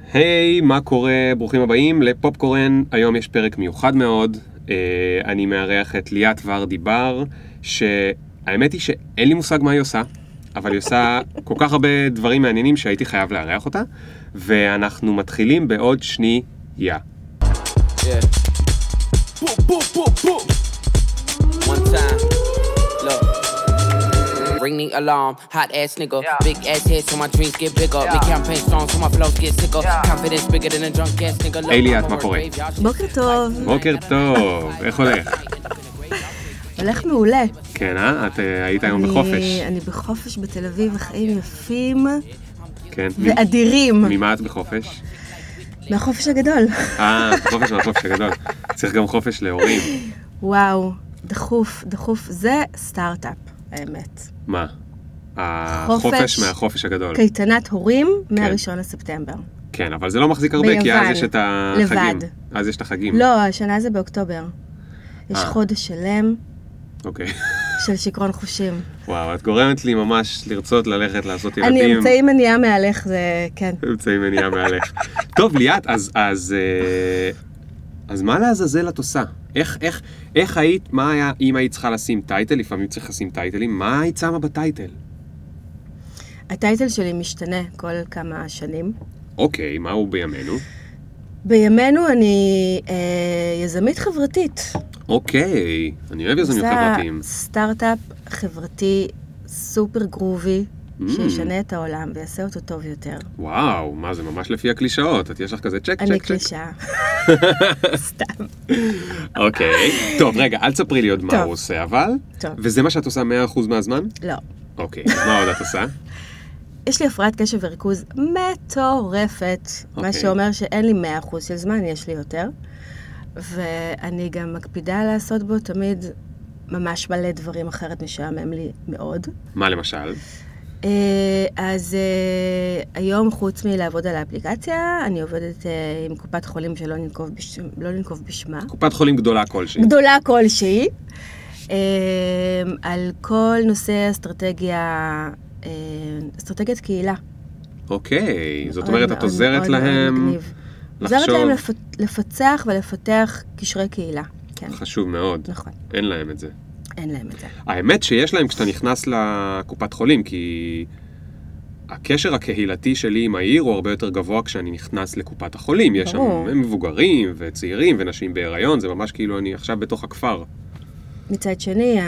היי, מה קורה? ברוכים הבאים לפופקורן. היום יש פרק מיוחד מאוד. אני מארח את ליאת ורדי בר, שהאמת היא שאין לי מושג מה היא עושה, אבל היא עושה כל כך הרבה דברים מעניינים שהייתי חייב לארח אותה, ואנחנו מתחילים בעוד שנייה. Yeah. Boom, boom, boom, boom. One time, look. Ring the alarm, hot ass nigga. Yeah. Big ass head so my dreams get bigger. Yeah. Big campaign strong so my flows get sicker. Yeah. Confidence bigger than a drunk ass nigga. היי ליאת, מה קורה? בוקר טוב. בוקר טוב, איך הולך? הולך מעולה. כן, את היית היום בחופש. אני בחופש בתל אביב, החיים יפים כן. ואדירים. ממה את בחופש? מהחופש הגדול. חופש מהחופש הגדול. צריך גם חופש להורים. וואו, דחוף, דחוף. זה סטארט-אפ, האמת. מה? החופש מהחופש הגדול. קייטנת הורים מה-1 לספטמבר. כן, אבל זה לא מחזיק הרבה, כי אז יש את החגים. לבד. אז יש את החגים. לא, השנה זה באוקטובר. יש חודש שלם. אוקיי. של שכרון חושים. וואו, את גורמת לי ממש לרצות ללכת לעשות ילדים. אני אמצעי מניעה מהלך, זה כן. אמצעי מניעה מהלך. טוב, ליאת, אז מה לעזאזל את עושה? איך היית, מה היה, אם היית צריכה לשים טייטל, לפעמים צריך לשים טייטלים, מה היית שמה בטייטל? הטייטל שלי משתנה כל כמה שנים. אוקיי, מה הוא בימינו? בימינו אני יזמית חברתית. אוקיי, אני אוהב יזמים חברתיים. סטארט-אפ חברתי סופר גרובי, שישנה את העולם ויעשה אותו טוב יותר. וואו, מה זה ממש לפי הקלישאות? את יש לך כזה צ'ק, צ'ק, צ'ק. אני קלישה. סתם. אוקיי, טוב, רגע, אל תספרי לי עוד מה הוא עושה, אבל? טוב. וזה מה שאת עושה 100% מהזמן? לא. אוקיי, אז מה עוד את עושה? יש לי הפרעת קשב וריכוז מטורפת, מה שאומר שאין לי 100% של זמן, יש לי יותר. ואני גם מקפידה לעשות בו תמיד ממש מלא דברים אחרת משעמם לי מאוד. מה למשל? אז היום חוץ מלעבוד על האפליקציה, אני עובדת עם קופת חולים שלא ננקוב בשמה. קופת חולים גדולה כלשהי. גדולה כלשהי. על כל נושא אסטרטגיית קהילה. אוקיי, זאת אומרת, את עוזרת להם לחשוב. עוזרת להם לפצח ולפתח קשרי קהילה. כן. חשוב מאוד. נכון. אין להם את זה. אין להם את זה. האמת שיש להם כשאתה נכנס לקופת חולים, כי הקשר הקהילתי שלי עם העיר הוא הרבה יותר גבוה כשאני נכנס לקופת החולים. יש שם מבוגרים וצעירים ונשים בהיריון, זה ממש כאילו אני עכשיו בתוך הכפר. מצד שני,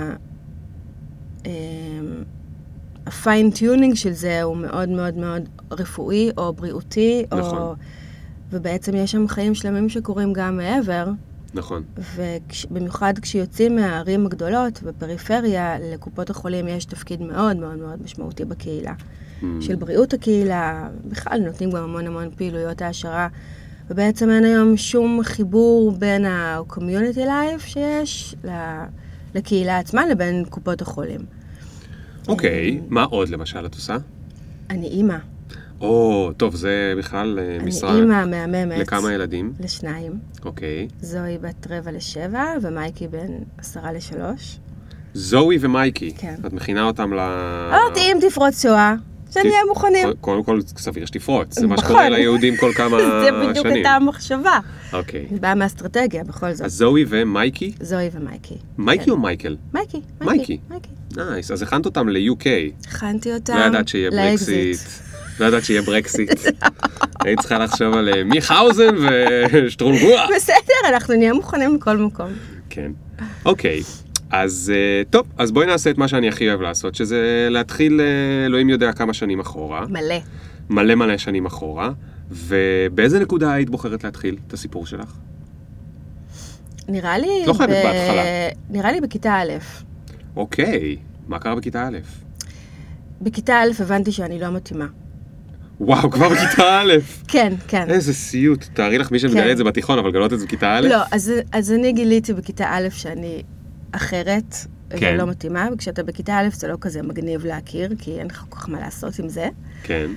הפיין-טיונינג של זה הוא מאוד מאוד מאוד רפואי או בריאותי, נכון. ובעצם יש שם חיים שלמים שקורים גם מעבר. נכון. ובמיוחד כשיוצאים מהערים הגדולות בפריפריה, לקופות החולים יש תפקיד מאוד מאוד מאוד משמעותי בקהילה. של בריאות הקהילה, בכלל נותנים גם המון המון פעילויות העשרה, ובעצם אין היום שום חיבור בין ה-community life שיש לקהילה עצמה לבין קופות החולים. אוקיי, מה עוד למשל את עושה? אני אימא. טוב, זה בכלל משרה. אני אימא מהממת. לכמה ילדים? 2. אוקיי. זוהי בת 2:45, ומייקי בן 2:50. זוהי ומייקי. כן. את מכינה אותם אמרתי, אם תפרוץ שואה, שנהיה מוכנים. קודם כל סביר שתפרוץ. זה מה שקורה ליהודים כל כמה שנים. זה בדיוק הייתה המחשבה. אוקיי. זה באה מהאסטרטגיה, בכל זאת. אז זוהי ומייקי? זוהי ומייקי. מייקי או מייקל? מייקי. מייקי. נייס, אז הכנת אותם ל-UK. הכנתי אותם לא ידעת שיהיה ברקסיט. לא ידעת שיהיה ברקסיט. היית צריכה לחשוב על מיכאוזן ושטרונגוע. בסדר, אנחנו נהיה מוכנים מכל מקום. כן. אוקיי. אז טוב, אז בואי נעשה את מה שאני הכי אוהב לעשות, שזה להתחיל, אלוהים יודע כמה שנים אחורה. מלא שנים אחורה. ובאיזה נקודה היית בוחרת להתחיל את הסיפור שלך? נראה לי... לא חייבת בהתחלה. נראה לי בכיתה א'. אוקיי. מה קרה בכיתה א'? בכיתה א' הבנתי שאני לא מתאימה. וואו, כבר בכיתה א'. כן, כן. איזה סיוט. תארי לך מי שמגלה את זה בתיכון, אבל גלות את זה בכיתה א'? לא, אז אני גיליתי בכיתה א' שאני אחרת, ולא מתאימה, וכשאתה בכיתה א' זה לא כזה מגניב להכיר, כי אין לך כל כך מה לעשות עם זה. כן.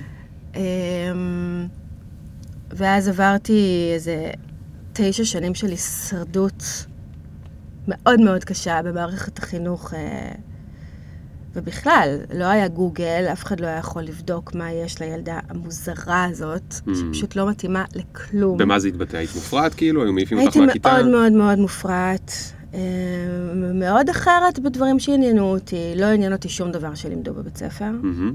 ואז עברתי איזה 9 שנים של הישרדות מאוד מאוד קשה במערכת החינוך ובכלל, לא היה גוגל, אף אחד לא היה יכול לבדוק מה יש לילדה המוזרה הזאת, שפשוט לא מתאימה לכלום. במה זה התבטא? היית מופרעת כאילו? היו מעיפים אותך מהכיתה? הייתי מאוד מאוד מאוד מופרעת. מאוד אחרת בדברים שעניינו אותי. לא עניין אותי שום דבר שלימדו בבית ספר.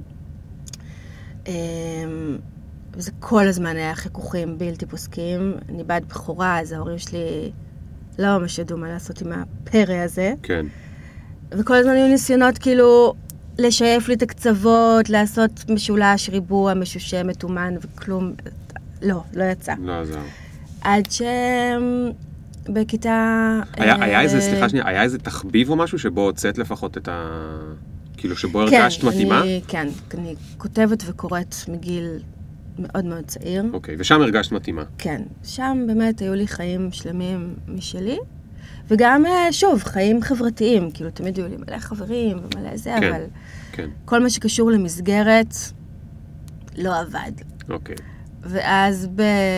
וזה כל הזמן היה חיכוכים בלתי פוסקים. אני בת בכורה, אז ההורים שלי לא ממש ידעו מה לעשות עם הפרא הזה. כן. וכל הזמן היו ניסיונות כאילו לשייף לי את הקצוות, לעשות משולש, ריבוע, משושה, מתומן וכלום. לא יצא. לא עזר. עד שבכיתה... היה איזה, סליחה שנייה, היה איזה תחביב או משהו שבו הוצאת לפחות את ה... כאילו שבו הרגשת מתאימה? כן, אני כותבת וקוראת מגיל מאוד מאוד צעיר. אוקיי, ושם הרגשת מתאימה? כן, שם באמת היו לי חיים שלמים משלי, וגם, שוב, חיים חברתיים, כאילו תמיד היו לי מלא חברים ומלא זה, כן, אבל כן. כל מה שקשור למסגרת לא עבד. אוקיי. ואז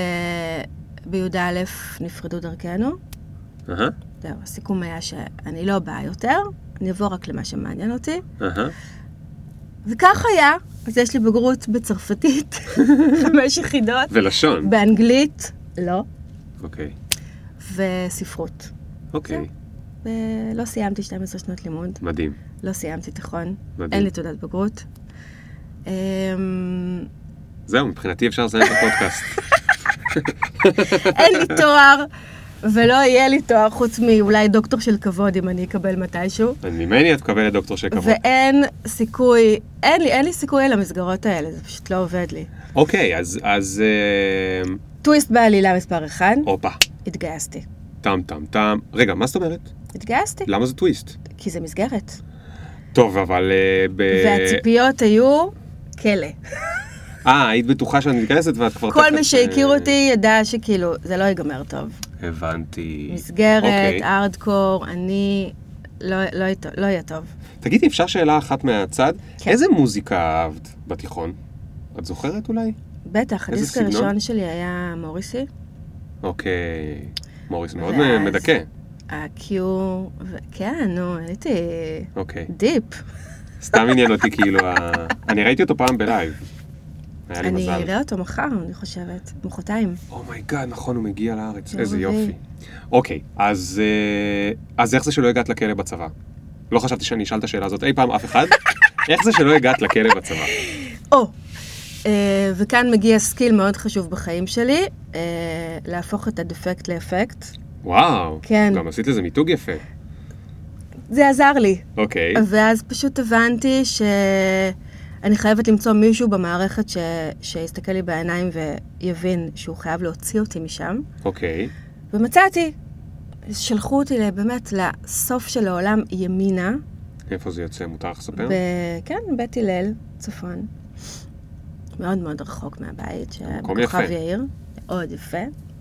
בי"א נפרדו דרכנו. זהו, הסיכום היה שאני לא באה יותר, אני אבוא רק למה שמעניין אותי. וכך היה, אז יש לי בגרות בצרפתית, 5 יחידות. ולשון? באנגלית, לא. אוקיי. וספרות. אוקיי. ולא סיימתי 12 שנות לימוד. מדהים. לא סיימתי תיכון. מדהים. אין לי תעודת בגרות. זהו, מבחינתי אפשר לסיים את הפודקאסט. אין לי תואר, ולא יהיה לי תואר חוץ מאולי דוקטור של כבוד אם אני אקבל מתישהו. ממני את מקבלת דוקטור של כבוד. ואין סיכוי, אין לי סיכוי על המסגרות האלה, זה פשוט לא עובד לי. אוקיי, אז... טוויסט בעלילה מספר 1. אופה. התגייסתי. טם. רגע, מה זאת אומרת? התגייסתי. למה זה טוויסט? כי זה מסגרת. טוב, אבל... והציפיות היו כלא. היית בטוחה שאני מתגייסת ואת כבר... כל מי שהכיר אותי ידע שכאילו, זה לא ייגמר טוב. הבנתי. מסגרת, ארדקור, אני... לא יהיה טוב. תגידי, אפשר שאלה אחת מהצד? כן. איזה מוזיקה אהבת בתיכון? את זוכרת אולי? בטח, הדיסק הראשון שלי היה מוריסי. אוקיי. מוריס מאוד מדכא. הקיו... כן, נו, הייתי... אוקיי. דיפ. סתם עניין אותי כאילו... אני ראיתי אותו פעם בלייב. היה לי מזל. אני אראה אותו מחר, אני חושבת. מחרתיים. אומייגאד, נכון, הוא מגיע לארץ. איזה יופי. אוקיי, אז איך זה שלא הגעת לכלא בצבא? לא חשבתי שאני אשאל את השאלה הזאת אי פעם אף אחד. איך זה שלא הגעת לכלא בצבא? וכאן מגיע סקיל מאוד חשוב בחיים שלי, להפוך את הדפקט לאפקט. וואו, כן. גם עשית לזה מיתוג יפה. זה עזר לי. אוקיי. ואז פשוט הבנתי שאני חייבת למצוא מישהו במערכת שיסתכל לי בעיניים ויבין שהוא חייב להוציא אותי משם. אוקיי. ומצאתי, שלחו אותי באמת לסוף של העולם ימינה. איפה זה יוצא? מותר לך לספר? כן, בית הלל, צפון. מאוד מאוד רחוק מהבית, שבכוכב יאיר. מאוד יפה.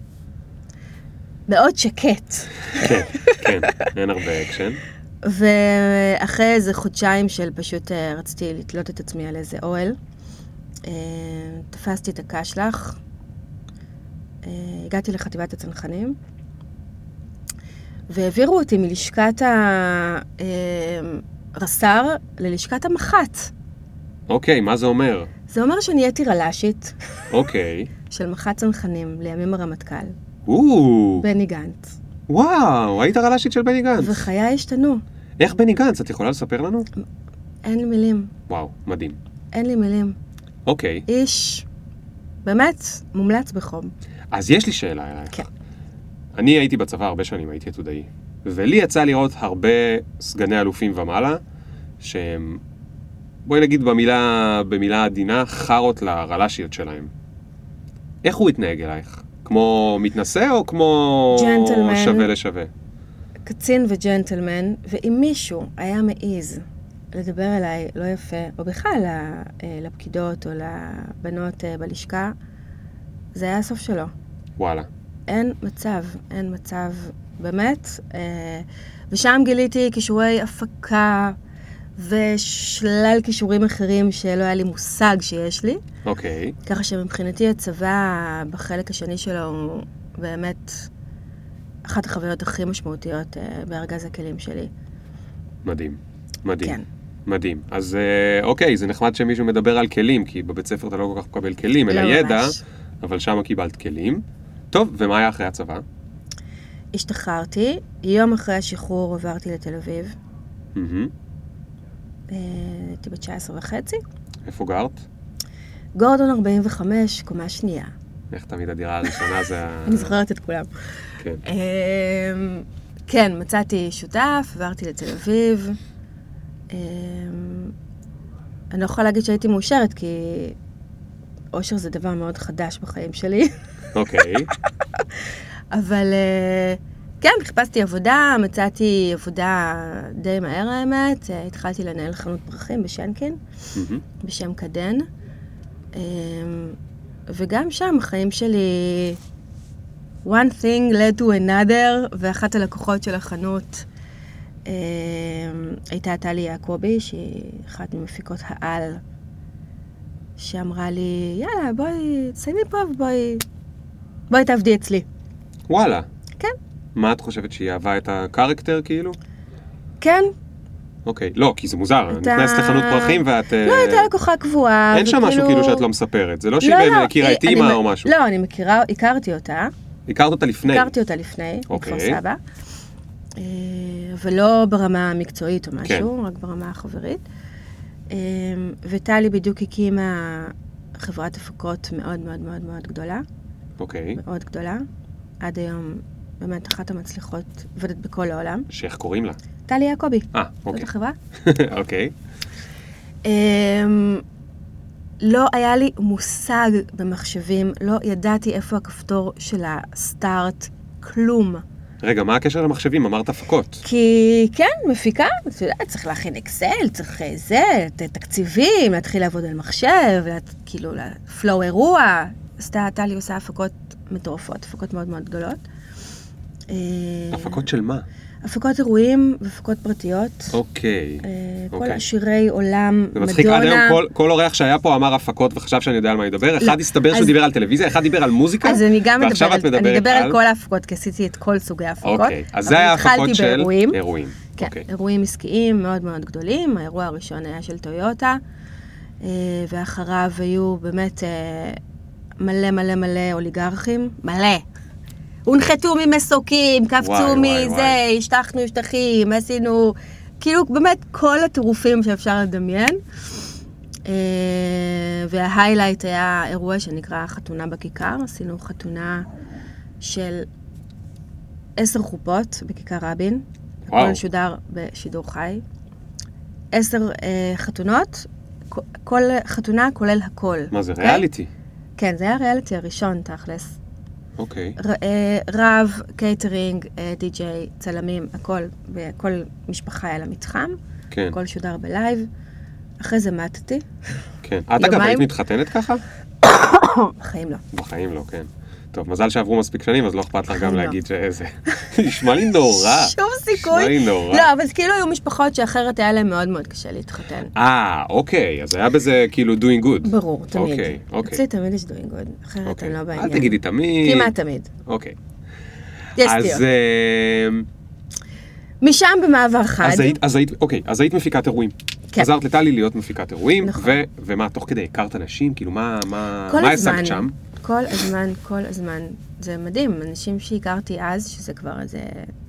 מאוד שקט. כן, אין הרבה אקשן. ואחרי איזה חודשיים של פשוט רציתי לתלות את עצמי על איזה אוהל, תפסתי את הקשלח, הגעתי לחטיבת הצנחנים, והעבירו אותי מלשכת הרס"ר ללשכת המח"ט. אוקיי, מה זה אומר? זה אומר שנהייתי רל"שית. אוקיי. של מח"ט צנחנים, לימים הרמטכ"ל. בני גנץ. וואו, היית רל"שית של בני גנץ. וחיי השתנו. איך בני גנץ? את יכולה לספר לנו? אין לי מילים. וואו, מדהים. אין לי מילים. אוקיי. איש, באמת, מומלץ בחום. אז יש לי שאלה אלייך. כן. אני הייתי בצבא הרבה שנים, הייתי עתודאי. ולי יצא לראות הרבה סגני אלופים ומעלה, שהם, בואי נגיד במילה עדינה, חרות לרל"שיות שלהם. איך הוא התנהג אלייך? כמו מתנשא או כמו ג'נטלמן, שווה לשווה? קצין וג'נטלמן, ואם מישהו היה מעיז לדבר אליי לא יפה, או בכלל לפקידות או לבנות בלשכה, זה היה הסוף שלו. וואלה. אין מצב, באמת. ושם גיליתי כישורי הפקה ושלל כישורים אחרים שלא היה לי מושג שיש לי. אוקיי. ככה שמבחינתי הצבא בחלק השני שלו הוא באמת אחת החוויות הכי משמעותיות בארגז הכלים שלי. מדהים, מדהים. כן. מדהים. אז אוקיי, זה נחמד שמישהו מדבר על כלים, כי בבית ספר אתה לא כל כך מקבל כלים, אלא לא ידע, ממש. אבל שם קיבלת כלים. טוב, ומה היה אחרי הצבא? השתחררתי, יום אחרי השחרור עברתי לתל אביב. מהמם. הייתי בת 19 וחצי. איפה גרת? גורדון 45, קומה שנייה. איך תמיד הדירה הראשונה זה אני זוכרת את כולם. כן. כן, מצאתי שותף, עברתי לתל אביב. אני לא יכולה להגיד שהייתי מאושרת, כי אושר זה דבר מאוד חדש בחיים שלי. אוקיי. אבל כן, חיפשתי עבודה, מצאתי עבודה די מהר האמת. התחלתי לנהל חנות פרחים בשנקין, בשם קדן. וגם שם החיים שלי, one thing led to another, ואחת הלקוחות של החנות הייתה טלי יעקובי, שהיא אחת ממפיקות העל, שאמרה לי, יאללה, בואי, תסיימי פה ובואי תעבדי אצלי. וואלה. כן. מה את חושבת שהיא אהבה את הקרקטר כאילו? כן. אוקיי, לא, כי זה מוזר, נכנסת לחנות פרחים ואת... לא, הייתה לקוחה קבועה. אין שם משהו כאילו שאת לא מספרת, זה לא שהיא מכירה את אימא או משהו. לא, אני הכרתי אותה. הכרת אותה לפני? הכרתי אותה לפני, אוקיי. מכפר סבא. ולא ברמה המקצועית או משהו, רק ברמה החברית. וטלי בדיוק הקימה חברת הפקות מאוד מאוד מאוד מאוד גדולה. אוקיי. מאוד גדולה. עד היום באמת אחת המצליחות עובדת בכל העולם. שאיך קוראים לה? טלי יעקובי. אוקיי. זאת החברה. אוקיי. לא היה לי מושג במחשבים, לא ידעתי איפה הכפתור של הסטארט, כלום. רגע, מה הקשר למחשבים? אמרת הפקות. כי כן, מפיקה, אתה יודע, צריך להכין אקסל, צריך תקציבים, להתחיל לעבוד על מחשב, כאילו, פלואו אירוע. טלי עושה הפקות מטורפות, הפקות מאוד מאוד גדולות. הפקות של מה? הפקות אירועים והפקות פרטיות. אוקיי. כל עשירי עולם, מדונה. זה מצחיק, עד היום כל אורח שהיה פה אמר הפקות וחשב שאני יודע על מה ידבר. אחד הסתבר שהוא דיבר על טלוויזיה, אחד דיבר על מוזיקה, ועכשיו את מדברת על... אני אדבר על כל ההפקות, כי עשיתי את כל סוגי ההפקות. אוקיי, אז זה היה הפקות של אירועים. כן, אירועים עסקיים מאוד מאוד גדולים. האירוע הראשון היה של טויוטה, ואחריו היו באמת מלא מלא מלא אוליגרכים, מלא. הונחתו ממסוקים, קפצו מזה, השטחנו שטחים, עשינו, כאילו באמת כל הטירופים שאפשר לדמיין. וההיילייט היה אירוע שנקרא חתונה בכיכר. עשינו חתונה של 10 חופות בכיכר רבין. הכל שודר בשידור חי. 10 חתונות, כל חתונה כולל הכל. מה זה, ריאליטי? כן, זה היה ריאליטי הראשון, תכלס. אוקיי. רב, קייטרינג, די-ג'יי, צלמים, הכל, וכל משפחה היה לה מתחם. כן. הכל שודר בלייב. אחרי זה מתתי. כן. את אגב, היית מתחתנת ככה? בחיים לא. בחיים לא, כן. טוב, מזל שעברו מספיק שנים, אז לא אכפת לך גם להגיד שזה... נשמע לי נורא. שום סיכוי. נשמע לי נורא. לא, אבל כאילו היו משפחות שאחרת היה להם מאוד מאוד קשה להתחתן. אוקיי. אז היה בזה כאילו doing good. ברור, תמיד. אוקיי. אצלי תמיד יש doing good, אחרת אני לא בעניין. אל תגידי תמיד. כמעט תמיד. אוקיי. יש סטיות. משם במעבר חד. אז היית מפיקת אירועים. כן. עזרת לטלי להיות מפיקת אירועים. נכון. ומה, תוך כדי הכרת אנשים? כאילו, מה השגת שם? כל הזמן. זה מדהים, אנשים שהכרתי אז, שזה כבר איזה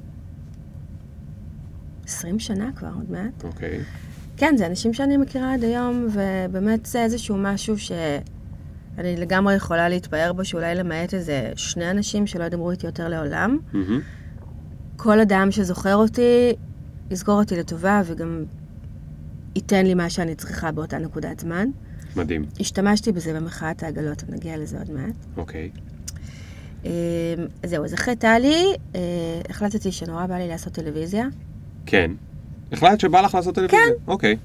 20 שנה כבר, עוד מעט. אוקיי. כן, זה אנשים שאני מכירה עד היום, ובאמת זה איזשהו משהו שאני לגמרי יכולה להתפאר בו, שאולי למעט איזה 2 אנשים שלא ידברו איתי יותר לעולם. כל אדם שזוכר אותי, יזכור אותי לטובה, וגם ייתן לי מה שאני צריכה באותה נקודת זמן. מדהים. השתמשתי בזה במחאת העגלות, נגיע לזה עוד מעט. אוקיי. זהו, אז אחרי טלי, החלטתי שנורא בא לי לעשות טלוויזיה. כן. החלטת שבא לך לעשות טלוויזיה? כן. אוקיי.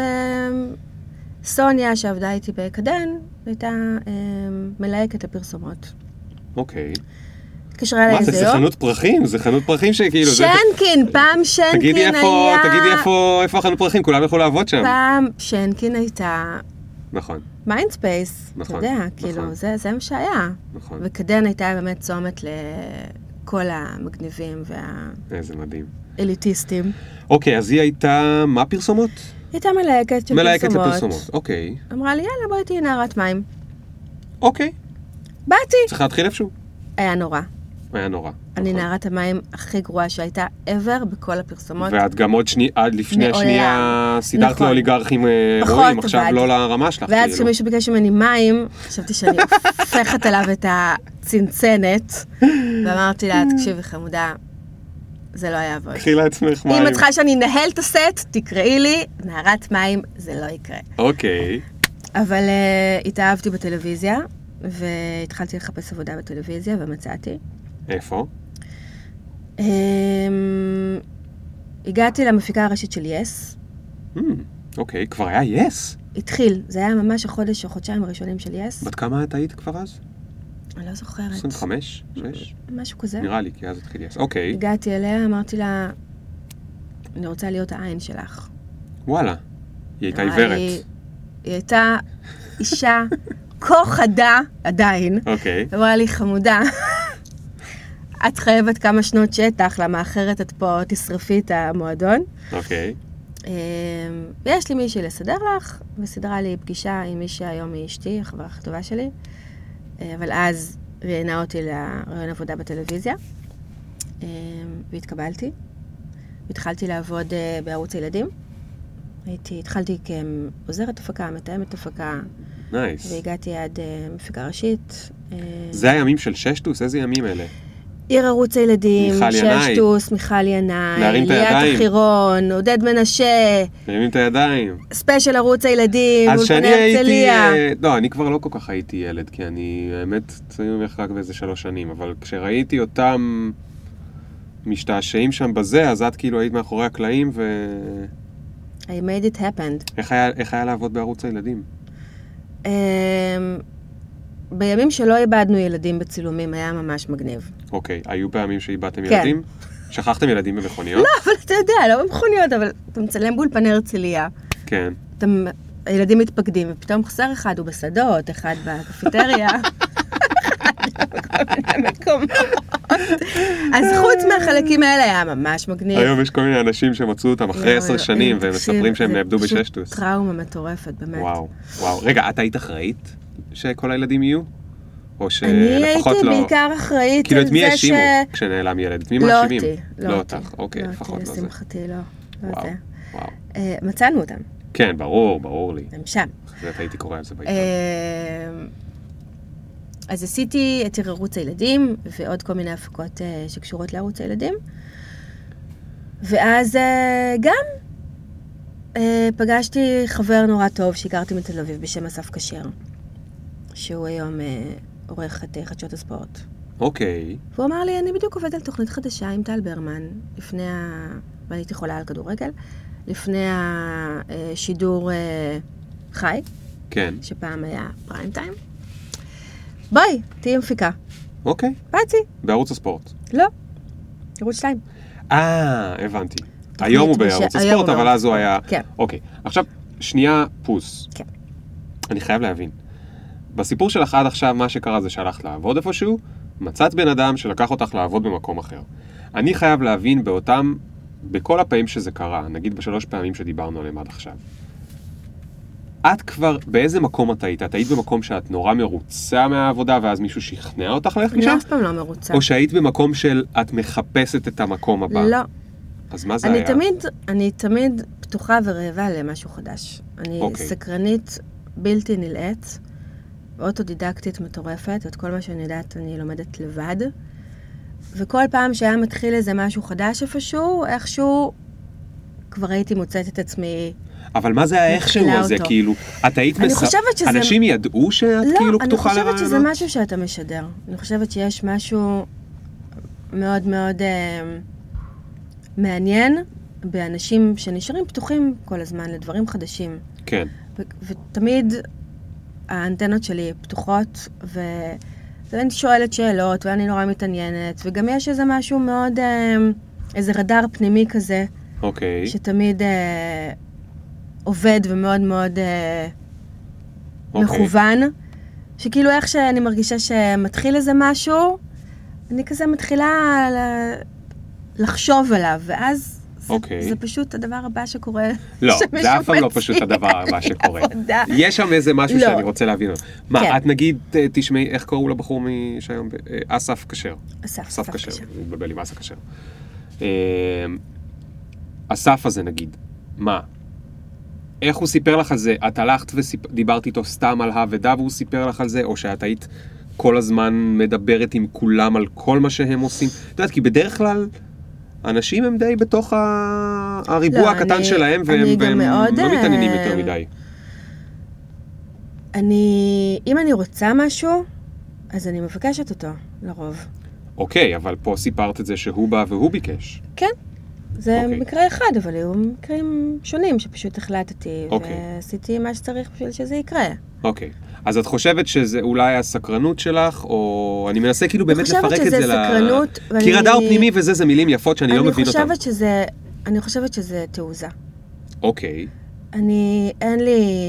וסוניה, שעבדה איתי בקדן, הייתה מלהקת הפרסומות. אוקיי. התקשרה אליי איזה יום. מה זה חנות פרחים? זה חנות פרחים שכאילו... שנקין, פעם שנקין היה... תגידי איפה החנות פרחים, כולם יכולו לעבוד שם. פעם שנקין הייתה... נכון. מיינדספייס, אתה יודע, כאילו, זה מה שהיה. נכון. וקדן הייתה באמת צומת לכל המגניבים איזה מדהים. אליטיסטים. אוקיי, אז היא הייתה... מה פרסומות? הייתה מלהקת של מלהקת פרסומות. לפרסומות, אוקיי. אמרה לי, יאללה, בואי תהיי נערת מים. אוקיי. באתי. צריך להתחיל איפשהו. היה נורא. היה נורא. אני נכון. נערת המים הכי גרועה שהייתה ever בכל הפרסומות. ואת גם עוד עד לפני מעולם. השנייה סידרת נכון. לאוליגרכים פחות, רואים, עכשיו אבל- לא לרמה שלך. ואז כאילו. כשמישהו ביקש ממני מים, חשבתי שאני הופכת עליו את הצנצנת, ואמרתי לה, תקשיבי חמודה, זה לא יעבוד. קחי לעצמך מים. אם את צריכה שאני אנהל את הסט, תקראי לי, נערת מים, זה לא יקרה. אוקיי. אבל התאהבתי בטלוויזיה, והתחלתי לחפש עבודה בטלוויזיה, ומצאתי. איפה? הגעתי למפיקה הראשית של יס. אוקיי, כבר היה יס? התחיל, זה היה ממש החודש או חודשיים הראשונים של יס. בת כמה את היית כבר אז? אני לא זוכרת. 25? 6? משהו כזה. נראה לי, כי אז התחיל יס. אוקיי. הגעתי אליה, אמרתי לה, אני רוצה להיות העין שלך. וואלה. היא הייתה אמרה עיוורת. לי, היא הייתה אישה כה חדה, עדיין. אוקיי. אמרה לי, חמודה, את חייבת כמה שנות שטח, למה אחרת את פה תשרפי את המועדון. אוקיי. ויש לי מישהי לסדר לך, וסידרה לי פגישה עם מישהי היום היא אשתי, החברה הכי טובה שלי. אבל אז ראיינה אותי לרעיון עבודה בטלוויזיה, והתקבלתי. התחלתי לעבוד בערוץ הילדים. התחלתי כעוזרת הפקה, מתאמת הפקה, נייס. והגעתי עד מפיקה ראשית. זה הימים של ששטוס? איזה ימים אלה? עיר ערוץ הילדים, מיכל ינאי. ששטוס, מיכל ינאי, להרים את ליאת הידיים. החירון, עודד מנשה, מרימים את הידיים. ספיישל ערוץ הילדים, אז שאני אולפני הייתי... הרצליה. לא, אני כבר לא כל כך הייתי ילד, כי אני, האמת, צעיר ממך רק באיזה 3 שנים, אבל כשראיתי אותם משתעשעים שם בזה, אז את כאילו היית מאחורי הקלעים, ו... I made it happened. איך היה לעבוד בערוץ הילדים? בימים שלא איבדנו ילדים בצילומים, היה ממש מגניב. אוקיי, היו פעמים שאיבדתם כן. ילדים? שכחתם ילדים במכוניות? לא, אבל אתה יודע, לא במכוניות, אבל אתה מצלם באולפני הרצליה. כן. הילדים מתפקדים, ופתאום חסר אחד הוא בשדות, אחד בקפיטריה. בכל מיני מקומות. אז חוץ מהחלקים האלה היה ממש מגניב. היום יש כל מיני אנשים שמצאו אותם אחרי 10 שנים, והם תקשיב, מספרים שהם זה נאבדו פשוט בששטוס. טראומה מטורפת, באמת. וואו, וואו. רגע, את היית אחראית שכל הילדים יהיו? או אני שלפחות הייתי לא... בעיקר אחראית כאילו על את מי זה האשימו כשנעלם ילד? את מי לא מאשימים? אותי, לא אותך, אוקיי, לא לפחות אותי, לא זה. לשמחתי, לא. לא וואו, זה. וואו. מצאנו אותם, כן, ברור לי. הם שם. אחרת הייתי קורא על זה בעיתון. אז עשיתי את ערוץ הילדים, ועוד כל מיני הפקות שקשורות לערוץ הילדים. ואז גם פגשתי חבר נורא טוב שהכרתי מתל אביב בשם אסף כשר, שהוא היום עורך את חדשות הספורט. אוקיי. והוא אמר לי, אני בדיוק עובד על תוכנית חדשה עם טל ברמן, והייתי חולה על כדורגל, לפני השידור חי, כן. שפעם היה פריים טיים. בואי, תהיי מפיקה. אוקיי. באתי. בערוץ הספורט. לא. ערוץ 2. הבנתי. היום הוא בערוץ הספורט, אבל אז הוא היה... כן. אוקיי. עכשיו, שנייה פוס. כן. אני חייב להבין. בסיפור שלך עד עכשיו, מה שקרה זה שהלכת לעבוד איפשהו, מצאת בן אדם שלקח אותך לעבוד במקום אחר. אני חייב להבין בכל הפעמים שזה קרה, נגיד ב3 פעמים שדיברנו עליהם עד עכשיו. את כבר, באיזה מקום את היית? את היית במקום שאת נורא מרוצה מהעבודה, ואז מישהו שכנע אותך ללכת משם? אני אף פעם לא מרוצה. או שהיית במקום של את מחפשת את המקום הבא? לא. אז מה זה היה? אני תמיד פתוחה ורעבה למשהו חדש. אני סקרנית בלתי נלאית, אוטודידקטית מטורפת, את כל מה שאני יודעת אני לומדת לבד. וכל פעם שהיה מתחיל איזה משהו חדש איכשהו כבר הייתי מוצאת את עצמי... אבל מה זה האיכשהו הזה? כאילו, את היית אנשים ידעו שאת כאילו פתוחה לרעיונות? אני חושבת שזה משהו שאתה משדר. אני חושבת שיש משהו מאוד מאוד מעניין באנשים שנשארים פתוחים כל הזמן לדברים חדשים. כן. ותמיד האנטנות שלי פתוחות, ואני שואלת שאלות, ואני נורא מתעניינת, וגם יש איזה משהו מאוד, איזה רדאר פנימי כזה, אוקיי. שתמיד עובד ומאוד מאוד מכוון, שכאילו איך שאני מרגישה שמתחיל איזה משהו, אני כזה מתחילה לחשוב עליו, ואז אוקיי. זה פשוט הדבר הבא שקורה. לא, זה אף פעם לא פשוט הדבר הבא שקורה. יש שם איזה משהו שאני רוצה להבין. מה, את נגיד, תשמעי, איך קראו לבחור שהיום? אסף כשר. אסף כשר. אני מתבלבל עם אסף כשר. אסף הזה נגיד, מה? איך הוא סיפר לך על זה? את הלכת ודיברת איתו סתם על העבודה והוא סיפר לך על זה, או שאת היית כל הזמן מדברת עם כולם על כל מה שהם עושים? את יודעת, כי בדרך כלל אנשים הם די בתוך הריבוע הקטן שלהם, והם לא מתעניינים יותר מדי. אם אני רוצה משהו, אז אני מבקשת אותו, לרוב. אוקיי, אבל פה סיפרת את זה שהוא בא והוא ביקש. כן. זה מקרה אחד, אבל היו מקרים שונים שפשוט החלטתי, ועשיתי מה שצריך בשביל שזה יקרה. אוקיי. אז את חושבת שזה אולי הסקרנות שלך, או אני מנסה כאילו באמת לפרק את זה כי רדאר פנימי וזה, זה מילים יפות שאני לא מבין אותם. אני חושבת שזה תעוזה. אוקיי. אין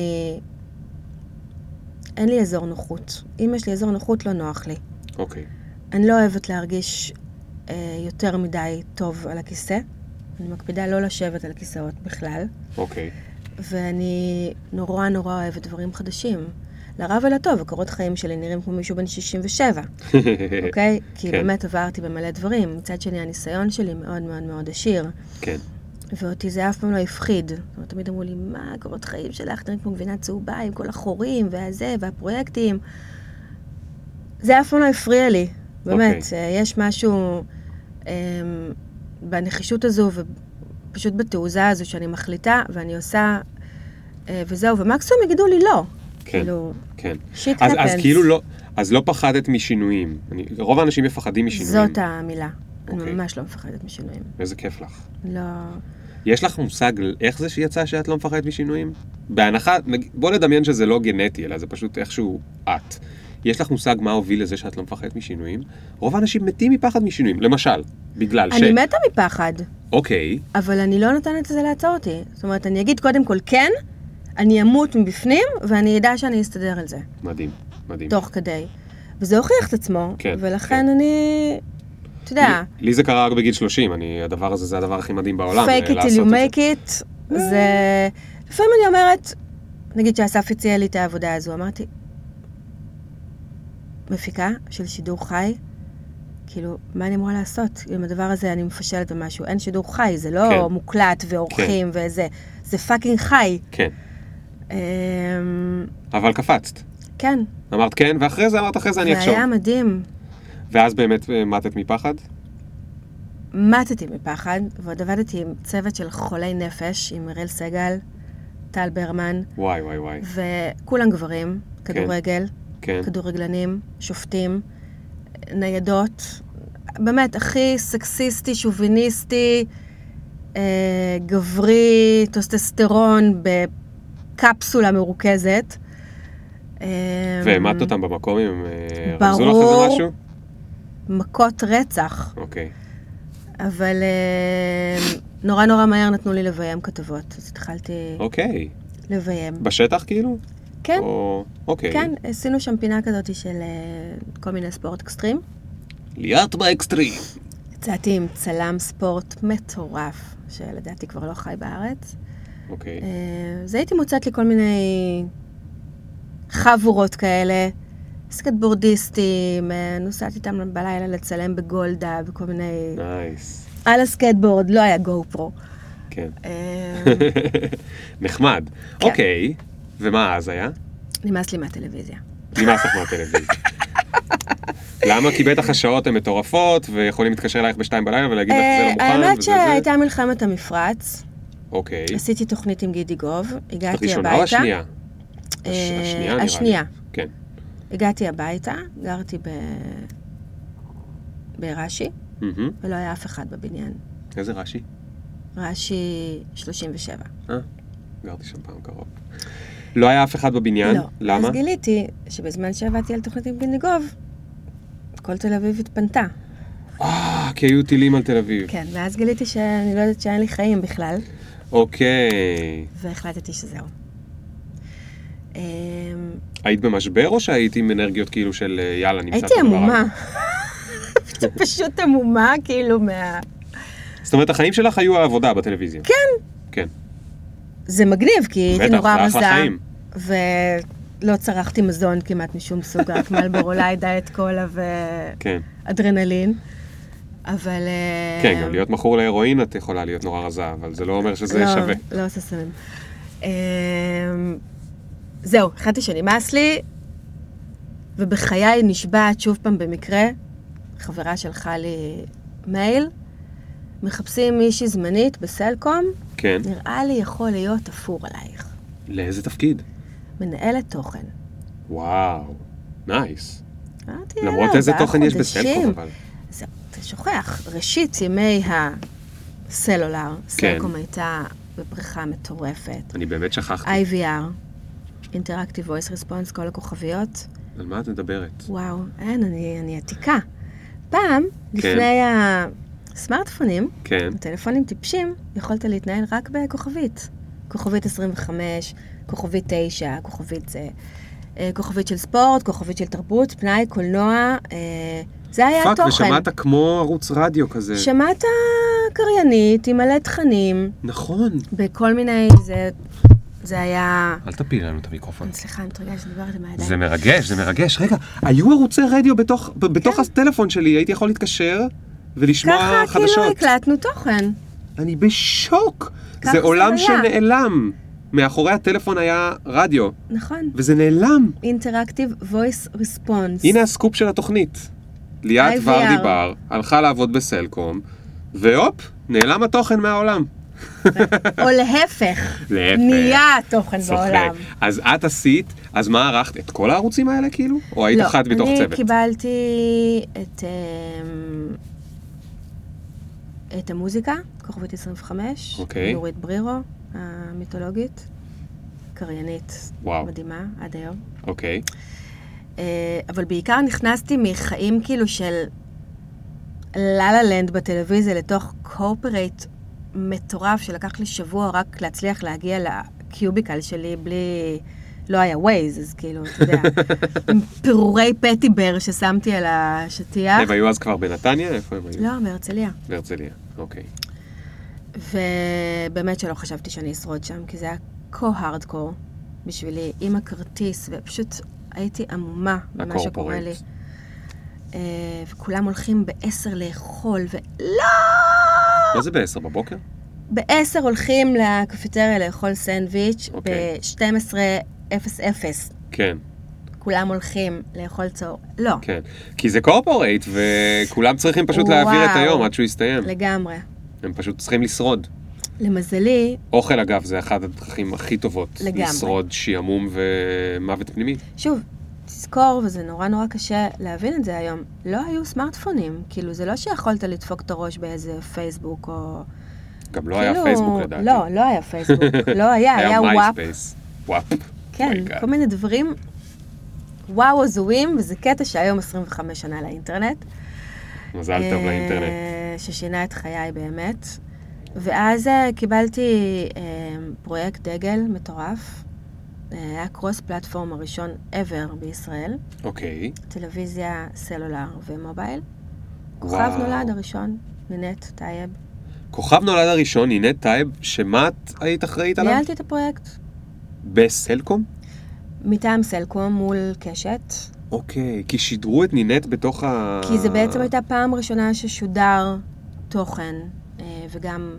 לי אזור נוחות. אם יש לי אזור נוחות, לא נוח לי. אוקיי. אני לא אוהבת להרגיש יותר מדי טוב על הכיסא. אני מקפידה לא לשבת על הכיסאות בכלל. אוקיי. ואני נורא אוהבת דברים חדשים. לרע ולטוב, הקורות חיים שלי נראים כמו מישהו בן 67. אוקיי? כי באמת עברתי במלא דברים. מצד שני, הניסיון שלי מאוד מאוד מאוד עשיר. כן. ואותי זה אף פעם לא הפחיד. תמיד אמרו לי, מה, הקורות חיים שלך נראים כמו גבינה צהובה עם כל החורים והזה והפרויקטים. זה אף פעם לא הפריע לי. באמת, יש משהו בנחישות הזו ופשוט בתעוזה הזו שאני מחליטה ואני עושה וזהו, ומקסימום יגידו לי לא. כן, כן. שיט הפנס. אז כאילו לא, אז לא פחדת משינויים. רוב האנשים מפחדים משינויים. זאת המילה. אני ממש לא מפחדת משינויים. איזה כיף לך. לא. יש לך מושג איך זה שיצא שאת לא מפחדת משינויים? בהנחה, בוא נדמיין שזה לא גנטי, אלא זה פשוט איכשהו את. יש לך מושג מה הוביל לזה שאת לא מפחדת משינויים? רוב האנשים מתים מפחד משינויים, למשל, בגלל אני מתה מפחד. אוקיי. אבל אני לא נותנת לזה לעצור אותי. זאת אומרת, אני אגיד קודם כל כן, אני אמות מבפנים, ואני אדע שאני אסתדר על זה. מדהים, מדהים. תוך כדי. וזה הוכיח את עצמו, ולכן אני, אתה יודע. לי זה קרה רק בגיל 30, הדבר הזה זה הדבר הכי מדהים בעולם. fake it till you make it, זה, לפעמים אני אומרת, נגיד שאסף הציע לי את העבודה הזו, אמרתי, מפיקה של שידור חי, כאילו, מה אני אמורה לעשות? עם הדבר הזה אני מפשלת במשהו, אין שידור חי, זה לא מוקלט ואורחים וזה, זה פאקינג חי. כן. אבל קפצת. כן. אמרת כן, ואחרי זה אמרת אחרי זה אני אחשוב. זה היה מדהים. ואז באמת מתת מפחד? מתתי מפחד, ועוד עבדתי עם צוות של חולי נפש, עם מיראל סגל, טל ברמן. וואי. וכולם גברים, כדורגל, כדורגלנים, שופטים, ניידות. באמת, הכי סקסיסטי, שוביניסטי, גברי, טוסטסטרון, בקפסולה מרוכזת. והעמדת אותם במקום אם רמזו לך איזה משהו? מכות רצח. אוקיי. אבל נורא מהר נתנו לי לביים כתבות, אז התחלתי לביים. בשטח כאילו? כן. אוקיי. כן, עשינו שם פינה כזאת של כל מיני ספורט אקסטרים. להיות באקסטרים. יצאתי עם צלם ספורט מטורף, שלדעתי כבר לא חי בארץ. אוקיי. אז הייתי מוצאת לי כל מיני חבורות כאלה, סקטבורדיסטים, נוסעת איתם בלילה לצלם בגולדה, וכל מיני... נייס. על הסקטבורד, לא היה גו פרו. כן. נחמד. אוקיי. ומה אז היה? נמאס לי מהטלוויזיה. נמאס לך מהטלוויזיה. למה? כי בטח השעות הן מטורפות, ויכולים להתקשר אלייך ב-2 בלילה ולהגיד לך זה לא מוכן. האמת שהייתה מלחמת המפרץ. אוקיי. עשיתי תוכנית עם גידי גוב, הגעתי הביתה. הראשונה או השנייה? השנייה. כן. הגעתי הביתה, גרתי ברש"י, ולא היה אף אחד בבניין. איזה רש"י? רש"י 37. גרתי שם פעם קרוב. לא היה אף אחד בבניין? לא. למה? אז גיליתי שבזמן שעבדתי על תוכנית עם גידי גוב, כל תל אביב התפנתה. כי היו טילים על תל אביב. כן, ואז גיליתי שאני לא יודעת שאין לי חיים בכלל. אוקיי. והחלטתי שזהו. היית במשבר או שהיית עם אנרגיות כאילו של יאללה נמצא? הייתי עמומה. זה פשוט עמומה כאילו זאת אומרת, החיים שלך היו העבודה בטלוויזיה. כן. כן. זה מגניב, כי הייתי בטח, נורא זה רזה, אחלה חיים. ולא צרכתי מזון כמעט משום סוג, רק מלבורולאי, דיאט קולה כן. ואדרנלין. אבל... כן, גם להיות מכור להירואין את יכולה להיות נורא רזה, אבל זה לא אומר שזה שווה. לא עושה סמים. זהו, החלטתי שנמאס לי, ובחיי נשבעת שוב פעם במקרה, חברה שלחה לי מייל, מחפשים מישהי זמנית בסלקום, כן. נראה לי יכול להיות אפור עלייך. לאיזה תפקיד? מנהלת תוכן. וואו, נייס. אמרתי, למרות איזה תוכן יש בסלקום, אבל. זהו, אתה שוכח. ראשית ימי הסלולר, סלקום הייתה בפריחה מטורפת. אני באמת שכחתי. IVR, Interactive Voice Response, כל הכוכביות. על מה את מדברת? וואו, אין, אני עתיקה. פעם, לפני הסמארטפונים, הטלפונים טיפשים, יכולת להתנהל רק בכוכבית. כוכבית 25, כוכבית 9, כוכבית של ספורט, כוכבית של תרבות, פנאי, קולנוע, זה היה תוכן. פאק, ושמעת כמו ערוץ רדיו כזה. שמעת קריינית עם מלא תכנים. נכון. בכל מיני, זה היה... אל תפיל לנו את המיקרופון. סליחה, אני מתרגשת, דיברת עם הידיים. זה מרגש, זה מרגש. רגע, היו ערוצי רדיו בתוך הטלפון שלי, הייתי יכול להתקשר ולשמוע חדשות. ככה כאילו הקלטנו תוכן. אני בשוק. זה עולם שנעלם. מאחורי הטלפון היה רדיו. נכון. וזה נעלם. Interactive Voice Response. הנה הסקופ של התוכנית. ליאת ורדי בר הלכה לעבוד בסלקום, והופ, נעלם התוכן מהעולם. או להפך. נהיה התוכן בעולם. אז את עשית, אז מה ערכת? את כל הערוצים האלה כאילו? או היית אחת בתוך צוות? לא, אני קיבלתי את המוזיקה, כוכבית 25, נורית ברירו, המיתולוגית, קריינית מדהימה עד היום. אוקיי. אבל בעיקר נכנסתי מחיים כאילו של ללה לנד בטלוויזיה לתוך קורפרייט מטורף שלקח לי שבוע רק להצליח להגיע לקיוביקל שלי בלי... לא היה ווייז, אז כאילו, אתה יודע, עם פירורי פטיבר ששמתי על השטיח. הם היו אז כבר בנתניה? איפה הם היו? לא, בהרצליה. בהרצליה, אוקיי. ובאמת שלא חשבתי שאני אשרוד שם, כי זה היה כה-הארדקור בשבילי, עם הכרטיס, ופשוט הייתי עמומה במה שקורה לי. וכולם הולכים ב10 לאכול, ולא! מה זה ב10 בבוקר? ב10 הולכים לקפיטריה לאכול סנדוויץ', ב12:00. כן. כולם הולכים לאכול צהר. לא. כן. כי זה קורפורייט, וכולם צריכים פשוט להעביר את היום עד שהוא יסתיים. לגמרי. הם פשוט צריכים לשרוד. למזלי... אוכל, אגב, זה אחד הדרכים הכי טובות. לגמרי. לשרוד שיעמום ומוות פנימי. שוב, תזכור, וזה נורא נורא קשה להבין את זה היום, לא היו סמארטפונים. כאילו, זה לא שיכולת לדפוק את הראש באיזה פייסבוק או... גם לא היה פייסבוק לדעתי. לא, לא היה פייסבוק. לא היה, היה וואפ. וואפ. כן, כל מיני דברים וואו הזויים, וזה קטע שהיום 25 שנה לאינטרנט. מזל טוב לאינטרנט. ששינה את חיי באמת. ואז קיבלתי פרויקט דגל מטורף. היה קרוס פלטפורם הראשון ever בישראל. אוקיי. טלוויזיה, סלולר ומובייל. כוכב נולד הראשון, נינט טייב. כוכב נולד הראשון, נינט טייב, שמה את היית אחראית עליו? ניהלתי את הפרויקט. בסלקום? מטעם סלקום מול קשת. אוקיי, כי שידרו את נינט בתוך כי זה בעצם הייתה פעם ראשונה ששודר תוכן, וגם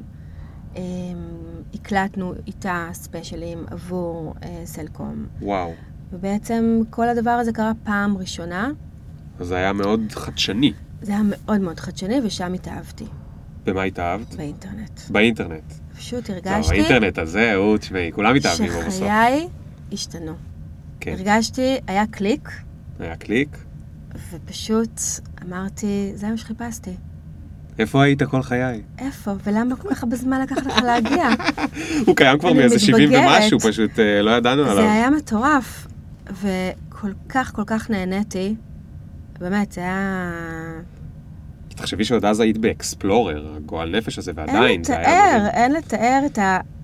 הקלטנו איתה ספיישלים עבור סלקום. וואו. ובעצם כל הדבר הזה קרה פעם ראשונה. אז זה היה מאוד חדשני. זה היה מאוד מאוד חדשני, ושם התאהבתי. במה התאהבת? באינטרנט. באינטרנט. פשוט הרגשתי... האינטרנט הזה, תשמעי, כולם התאהבים בו בסוף. שחיי השתנו. כן. הרגשתי, היה קליק. היה קליק. ופשוט אמרתי, זה מה שחיפשתי. איפה היית כל חיי? איפה? ולמה כל כך הרבה זמן לקח לך להגיע? הוא קיים כבר מאיזה 70 ומשהו, פשוט לא ידענו עליו. זה היה מטורף, וכל כך כל כך נהניתי. באמת, זה היה... תחשבי שעוד אז היית באקספלורר, הגועל נפש הזה, ועדיין זה היה... אין לתאר את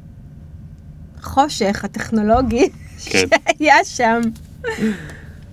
החושך הטכנולוגי שהיה שם.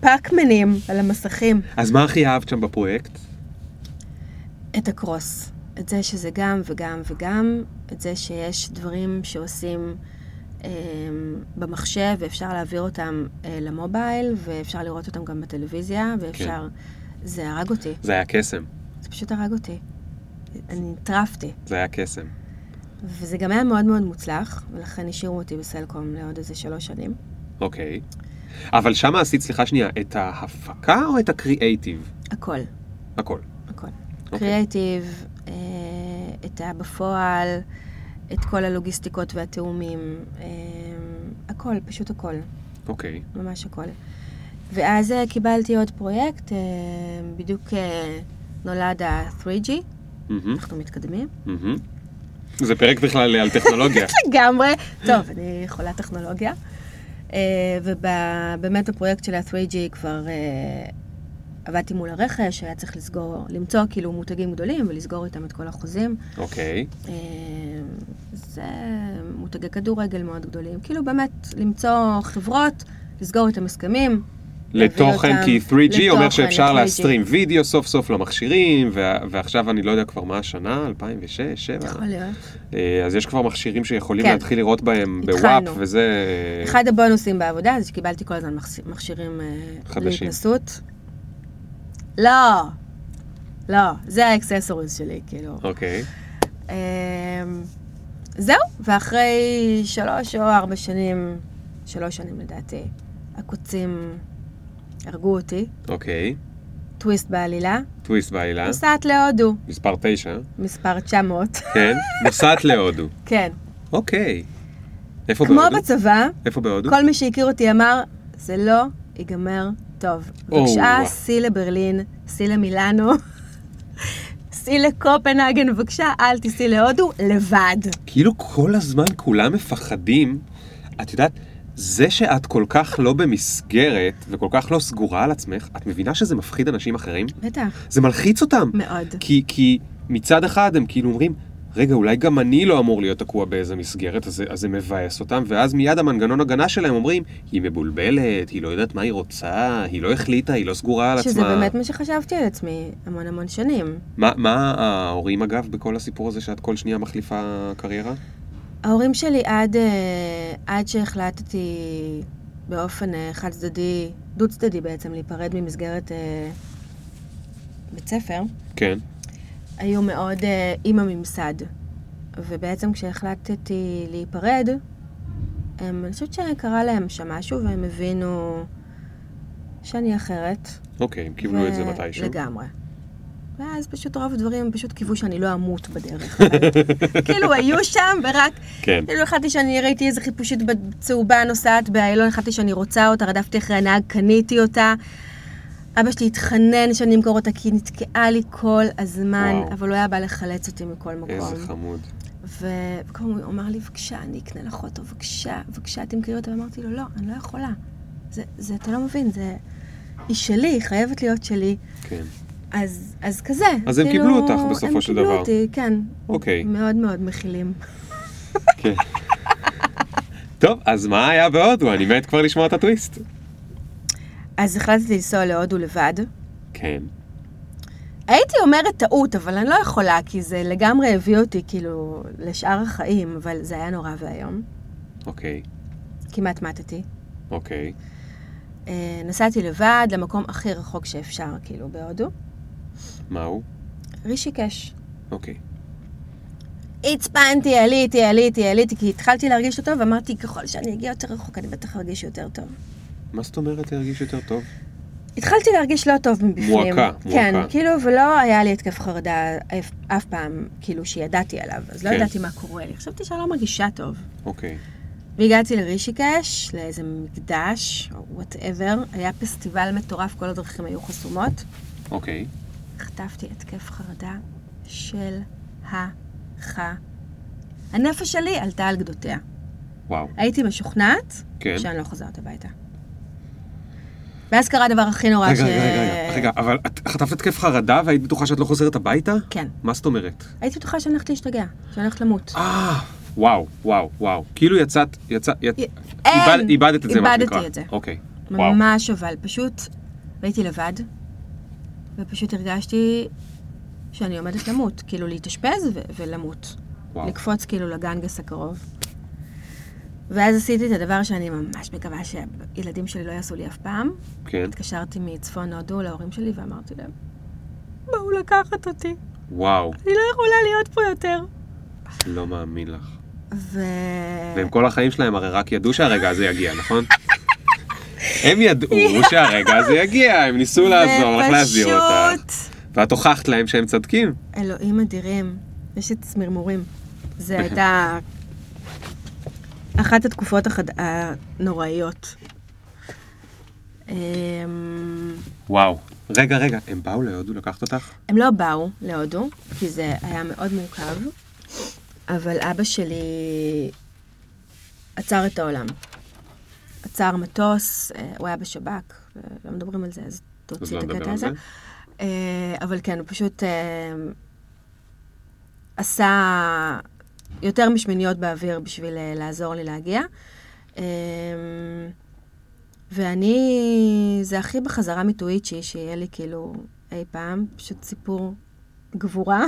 פאקמנים על המסכים. אז מה הכי אהבת שם בפרויקט? את הקרוס. את זה שזה גם וגם וגם, את זה שיש דברים שעושים במחשב, ואפשר להעביר אותם למובייל, ואפשר לראות אותם גם בטלוויזיה, ואפשר... כן. זה הרג אותי. זה היה קסם. זה פשוט הרג אותי. אני נטרפתי. זה היה קסם. וזה גם היה מאוד מאוד מוצלח, ולכן השאירו אותי בסלקום לעוד איזה 3 שנים. אוקיי. אבל שמה עשית, סליחה שנייה, את ההפקה או את הקריאייטיב? הכל. הכל. הכל. קריאייטיב, את בפועל, את כל הלוגיסטיקות והתאומים, הכל, פשוט הכל. אוקיי. ממש הכל. ואז קיבלתי עוד פרויקט, בדיוק נולד ה-3G, אנחנו מתקדמים. זה פרק בכלל על טכנולוגיה. לגמרי. טוב, אני יכולה טכנולוגיה. ובאמת בפרויקט של ה-3G כבר עבדתי מול הרכש, היה צריך למצוא כאילו מותגים גדולים ולסגור איתם את כל החוזים. אוקיי. זה מותגי כדורגל מאוד גדולים. כאילו באמת למצוא חברות, לסגור איתם הסכמים. לתוכן, כי 3G אומר שאפשר להסטרים וידאו סוף סוף למכשירים, ועכשיו אני לא יודע כבר מה השנה, 2006, 2007. יכול להיות. אז יש כבר מכשירים שיכולים להתחיל לראות בהם בוואפ, וזה... אחד הבונוסים בעבודה זה שקיבלתי כל הזמן מכשירים להתנסות. לא, זה האקססוריז שלי, כאילו. אוקיי. זהו, ואחרי 3 או 4 שנים, 3 שנים לדעתי, הקוצים הרגו אותי. אוקיי. טוויסט בעלילה. נוסעת להודו. מספר 9. מספר 900. כן, נוסעת להודו. כן. אוקיי. איפה בהודו? כמו בצבא. איפה בהודו? כל מי שהכיר אותי אמר, זה לא ייגמר טוב. בבקשה, סי לברלין, סי למילאנו, סי לקופנהגן, בבקשה, אל תסי להודו, לבד. כאילו כל הזמן כולם מפחדים, את יודעת, זה שאת כל כך לא במסגרת וכל כך לא סגורה על עצמך, את מבינה שזה מפחיד אנשים אחרים? בטח. זה מלחיץ אותם. מאוד. כי מצד אחד הם כאילו אומרים, רגע, אולי גם אני לא אמור להיות תקוע באיזה מסגרת, אז זה מבאס אותם, ואז מיד המנגנון הגנה שלהם אומרים, היא מבולבלת, היא לא יודעת מה היא רוצה, היא לא החליטה, היא לא סגורה על עצמה. שזה באמת מה שחשבתי על עצמי המון שנים. מה ההורים אגב בכל הסיפור הזה שאת כל שנייה מחליפה קריירה? ההורים שלי עד שהחלטתי באופן דו צדדי בעצם, להיפרד ממסגרת בית ספר. כן. היו מאוד עם הממסד. ובעצם כשהחלטתי להיפרד, אני חושבת שקרה להם שם משהו, והם הבינו שאני אחרת. אוקיי, הם קיבלו את זה מתישהו. לגמרי. ואז פשוט רוב הדברים, פשוט קיוו שאני לא אמות בדרך. כאילו היו שם, ורק... כן. כאילו החלטתי שאני ראיתי איזה חיפושית בצהובה נוסעת באיילון, החלטתי שאני רוצה אותה, רדפתי אחרי הנהג, קניתי אותה. אבא שלי התחנן שאני אמכור אותה, כי היא נתקעה לי כל הזמן, אבל לא היה בא לחלץ אותי מכל מקום. איזה חמוד. וכמו הוא אמר לי, בבקשה, אני אקנה לך אותו, בבקשה, תמכרי אותה, ואמרתי לו, לא, אני לא יכולה. זה, אתה לא מבין, היא שלי, היא חייבת להיות שלי. כן. אז כזה. אז הם קיבלו אותך בסופו של דבר. הם קיבלו אותי, כן. אוקיי. מאוד מאוד מכילים. כן. טוב, אז מה היה בהודו? אני מת כבר לשמוע את הטוויסט. אז החלטתי לנסוע להודו לבד. כן. הייתי אומרת טעות, אבל אני לא יכולה, כי זה לגמרי הביא אותי כאילו לשאר החיים, אבל זה היה נורא והיום. אוקיי. כמעט מתתי. אוקיי. נסעתי לבד למקום הכי רחוק שאפשר, כאילו, בהודו. מהו? רישיקש. אוקיי. הצפנתי, עליתי, כי התחלתי להרגיש אותו, ואמרתי, ככל שאני אגיע יותר רחוק, אני בטח ארגיש יותר טוב. מה זאת אומרת להרגיש יותר טוב? התחלתי להרגיש לא טוב מבפנים. מועקה. כן, כאילו, ולא היה לי התקף חרדה אף פעם, כאילו, שידעתי עליו, אז לא ידעתי מה קורה לי. חשבתי שאני לא מרגישה טוב. אוקיי. והגעתי לרישיקש, לאיזה מקדש, או whatever, היה פסטיבל מטורף, כל הדרכים היו חסומות. אוקיי. חטפתי התקף חרדה של הנפש שלי עלתה על גדותיה. וואו. הייתי משוכנעת, כן. שאני לא חוזרת הביתה. ואז קרה הדבר הכי נורא רגע, אבל את חטפת התקף חרדה והיית בטוחה שאת לא חוזרת הביתה? כן. מה זאת אומרת? הייתי בטוחה שאני הולכת להשתגע, שאני הולכת למות. וואו. כאילו איבדת את זה, מה שנקרא. איבדתי את זה. אוקיי. וואו. ממש, אבל פשוט הייתי לבד, ופשוט הרגשתי שאני עומדת למות, כאילו להתאשפז ולמות. וואו. לקפוץ כאילו לגנגס הקרוב. ואז עשיתי את הדבר שאני ממש מקווה שילדים שלי לא יעשו לי אף פעם. כן. התקשרתי מצפון הודו להורים שלי ואמרתי להם, בואו לקחת אותי. וואו. אני לא יכולה להיות פה יותר. לא מאמין לך. והם כל החיים שלהם הרי רק ידעו שהרגע הזה יגיע, נכון? הם ידעו שהרגע הזה יגיע, הם ניסו לעזור לך להזהיר אותך. ואת הוכחת להם שהם צדקים. אלוהים אדירים, יש את צמרמורים. זה הייתה אחת התקופות הנוראיות. וואו. רגע, הם באו להודו לקחת אותך? הם לא באו להודו, כי זה היה מאוד מורכב, אבל אבא שלי עצר את העולם. עצר מטוס, הוא היה בשב"כ, לא מדברים על זה, אז תוציא את הקטע הזה. אבל כן, הוא פשוט עשה יותר משמיניות באוויר בשביל לעזור לי להגיע. ואני, זה הכי בחזרה מטוויצ'י, שיהיה לי כאילו אי פעם, פשוט סיפור גבורה.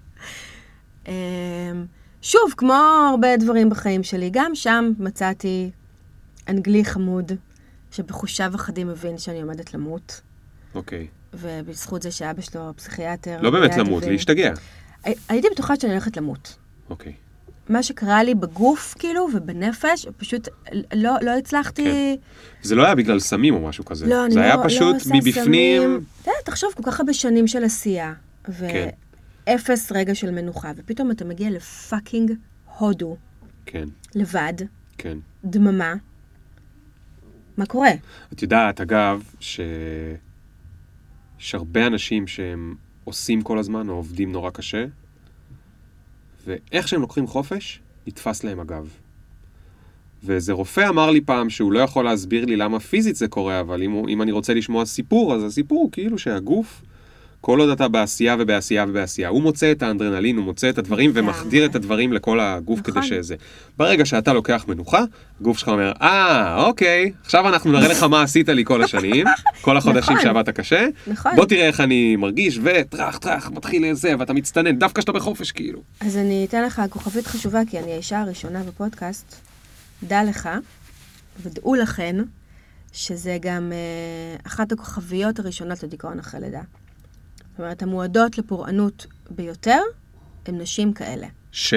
שוב, כמו הרבה דברים בחיים שלי, גם שם מצאתי אנגלי חמוד, שבחושיו אחדים מבין שאני עומדת למות. אוקיי. ובזכות זה שאבא שלו פסיכיאטר. לא באמת למות, להשתגע. הייתי בטוחה שאני הולכת למות. אוקיי. מה שקרה לי בגוף, כאילו, ובנפש, פשוט לא הצלחתי... כן. זה לא היה בגלל סמים או משהו כזה. לא, אני זה לא, היה לא פשוט מבפנים... תחשוב, כל כך הרבה שנים של עשייה, כן. ואפס רגע של מנוחה, ופתאום אתה מגיע לפאקינג הודו. כן. לבד. כן. דממה. מה קורה? את יודעת, אגב, יש הרבה אנשים שהם עושים כל הזמן, או עובדים נורא קשה, ואיך שהם לוקחים חופש, נתפס להם אגב. ואיזה רופא אמר לי פעם שהוא לא יכול להסביר לי למה פיזית זה קורה, אבל אם אני רוצה לשמוע סיפור, אז הסיפור הוא כאילו שהגוף, כל עוד אתה בעשייה ובעשייה ובעשייה, הוא מוצא את האנדרנלין, הוא מוצא את הדברים ומחדיר את הדברים לכל הגוף כדי שזה. ברגע שאתה לוקח מנוחה, הגוף שלך אומר, אוקיי, עכשיו אנחנו נראה לך מה עשית לי כל השנים, כל החודשים שעבדת קשה, בוא תראה איך אני מרגיש, וטרח, מתחיל לזה, ואתה מצטנן, דווקא שאתה בחופש כאילו. אז אני אתן לך כוכבית חשובה, כי אני האישה הראשונה בפודקאסט, דע לך, ודעו לכן, שזה גם אחת הכוכביות הראשונות לדיכאון אחרי לידה. זאת אומרת, המועדות לפורענות ביותר, הן נשים כאלה.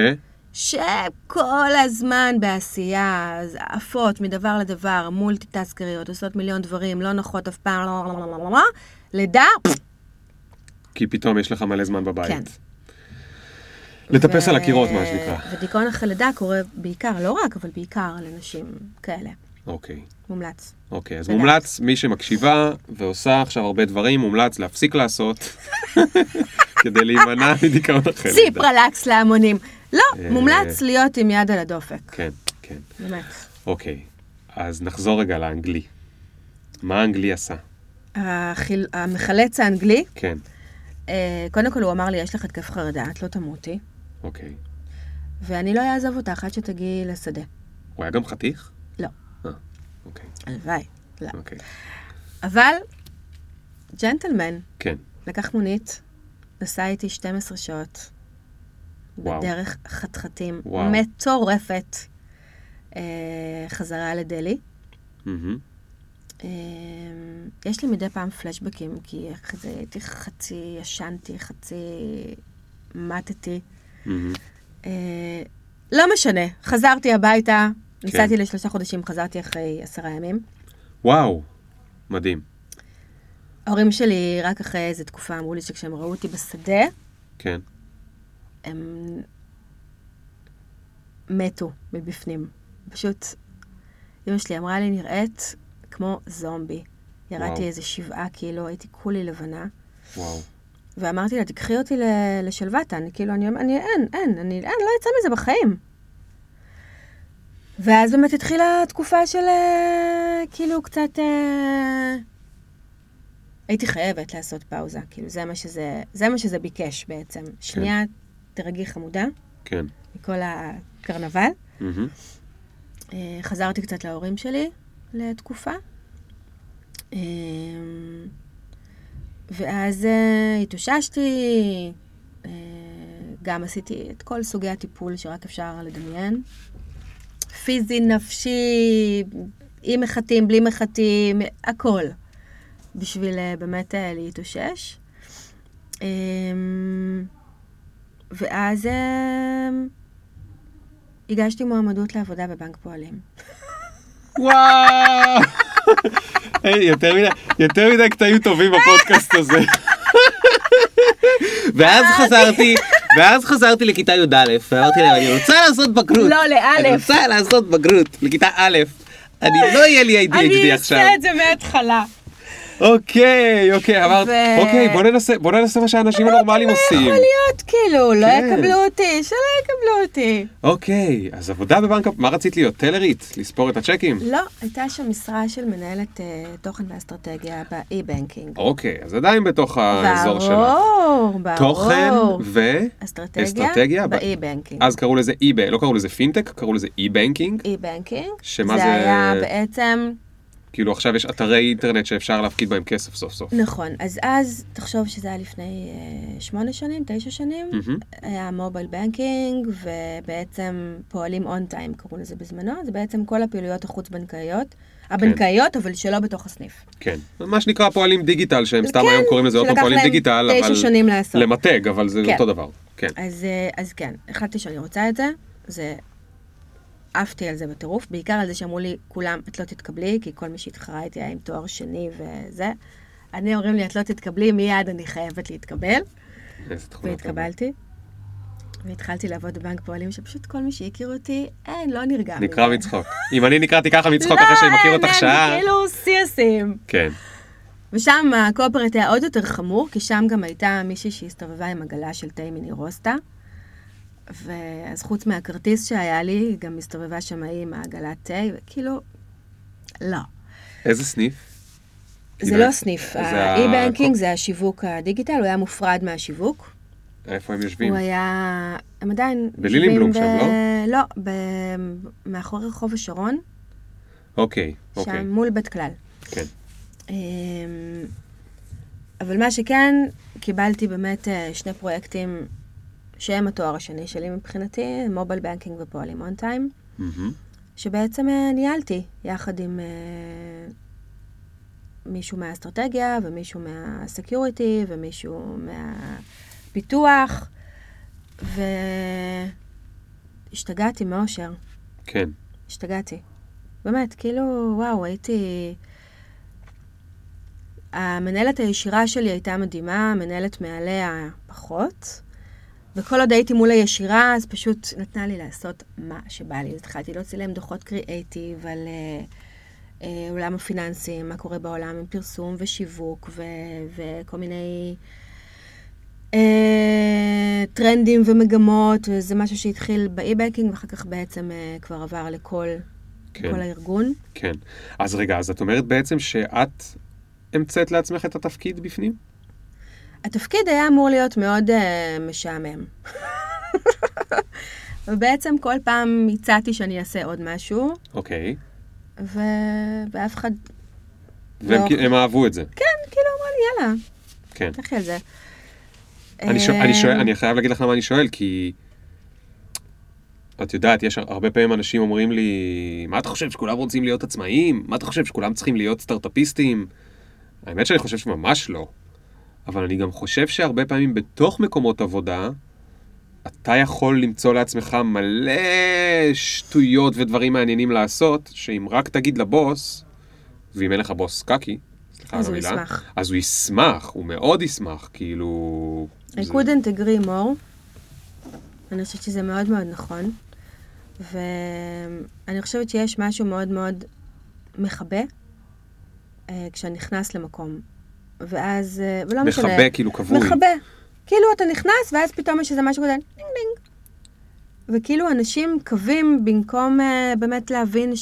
שכל הזמן בעשייה, עפות מדבר לדבר, מולטיטסקריות, עושות מיליון דברים, לא נוחות אף פעם, לידה. כי פתאום יש לך מלא זמן בבית. כן. לטפס על הקירות, מה שנקרא. ודיכאון אחרי לידה קורה בעיקר, לא רק, אבל בעיקר לנשים כאלה. אוקיי. מומלץ. אוקיי, אז מומלץ, מי שמקשיבה ועושה עכשיו הרבה דברים, מומלץ להפסיק לעשות, כדי להימנע מדיכאון אחרי לידה. ציפרלקס להמונים. לא, מומלץ להיות עם יד על הדופק. כן, כן. באמת. אוקיי, אז נחזור רגע לאנגלי. מה האנגלי עשה? המחלץ האנגלי? כן. קודם כל הוא אמר לי, יש לך התקף חרדה, את לא תמותי. אוקיי. ואני לא אעזוב אותך עד שתגיעי לשדה. הוא היה גם חתיך? לא. אוקיי. הלוואי, לא. אוקיי. אבל, ג'נטלמן. כן. לקח מונית, נסע איתי 12 שעות. וואו. בדרך חתחתים. וואו. מטורפת. חזרה לדלי. יש לי מדי פעם פלשבקים, כי הייתי חצי ישנתי, חצי מתתי. לא משנה, חזרתי הביתה, נסעתי ל3 חודשים, חזרתי אחרי 10 ימים. וואו, מדהים. ההורים שלי רק אחרי איזו תקופה אמרו לי שכשהם ראו אותי בשדה, כן. הם מתו מבפנים. פשוט, אמא שלי אמרה לי, נראית כמו זומבי. ירדתי איזה 7 קילו, הייתי כולי לבנה. וואו. ואמרתי לה, תקחי אותי לשלוותה. כאילו, אני לא יצא מזה בחיים. ואז באמת התחילה התקופה של, כאילו, קצת... הייתי חייבת לעשות פאוזה. כאילו, זה מה שזה ביקש בעצם. שנייה, תרגי חמודה. כן. מכל הקרנבל. חזרתי קצת להורים שלי לתקופה. ואז התאוששתי, גם עשיתי את כל סוגי הטיפול שרק אפשר לדמיין. פיזי, נפשי, עם מחטים, בלי מחטים, הכל. בשביל באמת להתאושש. ואז הגשתי מועמדות לעבודה בבנק פועלים. וואו! יותר מדי קטעים טובים בפודקאסט הזה. ואז חזרתי לכיתה י"א, ואמרתי להם, אני רוצה לעשות בגרות. לא, לאלף. אני רוצה לעשות בגרות, לכיתה א'. אני לא יהיה לי ADHD עכשיו. אני אעשה את זה מההתחלה. אוקיי, אמרת, אוקיי, בוא ננסה מה שהאנשים הנורמליים עושים. יכול להיות, כאילו, לא יקבלו אותי, שלא יקבלו אותי. אוקיי, אז עבודה בבנק, מה רצית להיות? טלרית? לספור את הצ'קים? לא, הייתה שם משרה של מנהלת תוכן ואסטרטגיה באי-בנקינג. אוקיי, אז עדיין בתוך האזור שלך. ברור. תוכן אסטרטגיה באי-בנקינג. אז קראו לזה לא קראו לזה פינטק, קראו לזה אי-בנקינג. אי-בנקינג. שמה זה היה בעצם... כאילו עכשיו יש אתרי אינטרנט שאפשר להפקיד בהם כסף סוף סוף. נכון, אז תחשוב שזה היה לפני 8 שנים, 9 שנים, היה מובייל בנקינג, ובעצם פועלים און טיים, קראו לזה בזמנו, זה בעצם כל הפעילויות החוץ-בנקאיות, הבנקאיות, אבל שלא בתוך הסניף. כן, מה שנקרא פועלים דיגיטל, שהם סתם היום קוראים לזה עוד פעם פועלים דיגיטל, אבל 9 שנים לעשות. למתג, אבל זה אותו דבר. כן. אז כן, החלטתי שאני רוצה את זה, עפתי על זה בטירוף, בעיקר על זה שאמרו לי, כולם, את לא תתקבלי, כי כל מי שהתחרה איתי היה עם תואר שני וזה. אני אומרים לי, את לא תתקבלי, מיד אני חייבת להתקבל. והתקבלתי. והתחלתי לעבוד בבנק פועלים, שפשוט כל מי שהכיר אותי, לא נרגע. נקרא מצחוק. אם אני נקראתי ככה מצחוק אחרי שאני מכיר אותך שעה. כאילו סייסים. כן. ושם הקואופרט היה עוד יותר חמור, כי שם גם הייתה מישהי שהסתובבה עם עגלה של תה מיני רוסטה. ואז חוץ מהכרטיס שהיה לי, היא גם מסתובבה שם עם העגלת תה, וכאילו, לא. איזה סניף? זה לא סניף. האי-בנקינג זה השיווק הדיגיטל, הוא היה מופרד מהשיווק. איפה הם יושבים? הוא היה, הם עדיין... בלילינבלום שם, לא? לא, מאחורי רחוב השרון. אוקיי. שם מול בית כלל. כן. אבל מה שכן, קיבלתי באמת 2 פרויקטים שהם התואר השני שלי מבחינתי, מובייל בנקינג ופועלים און טיים, שבעצם ניהלתי יחד עם מישהו מהאסטרטגיה, ומישהו מהסקיוריטי, ומישהו מהפיתוח, והשתגעתי מאושר. כן. השתגעתי. באמת, כאילו, וואו, הייתי... המנהלת הישירה שלי הייתה מדהימה, המנהלת מעליה פחות, וכל עוד הייתי מול הישירה, אז פשוט נתנה לי לעשות מה שבא לי. אז התחלתי להוציא דוחות קריאייטיב על עולם הפיננסים, מה קורה בעולם עם פרסום ושיווק וכל מיני טרנדים ומגמות, וזה משהו שהתחיל באי-בנקינג, ואחר כך בעצם כבר עבר לכל הארגון. כן. אז רגע, אז את אומרת בעצם שאת המצאת לעצמך את התפקיד בפנים? התפקיד היה אמור להיות מאוד משעמם. ובעצם כל פעם הצעתי שאני אעשה עוד משהו. אוקיי. ואף אחד... והם אהבו את זה. כן, כאילו אמרו לי, יאללה. כן. תחי על זה. אני חייב להגיד לך למה אני שואל, כי... את יודעת, יש הרבה פעמים אנשים אומרים לי, מה אתה חושב, שכולם רוצים להיות עצמאיים? מה אתה חושב, שכולם צריכים להיות סטארט-אפיסטים? האמת שאני חושב שממש לא. אבל אני גם חושב שהרבה פעמים בתוך מקומות עבודה, אתה יכול למצוא לעצמך מלא שטויות ודברים מעניינים לעשות, שאם רק תגיד לבוס, ואם אין לך בוס קקי, סליחה על המילה, אז הוא ישמח, הוא מאוד ישמח, כאילו... I couldn't agree more. אני חושבת שזה מאוד מאוד נכון. ואני חושבת שיש משהו מאוד מאוד מחבא, כשאני נכנס למקום. ואז, ולא משנה. מחבא, כאילו קבוי. מחבא. כאילו אתה נכנס, ואז פתאום יש איזה משהו כזה, דינג דינג. וכאילו אנשים קווים במקום באמת להבין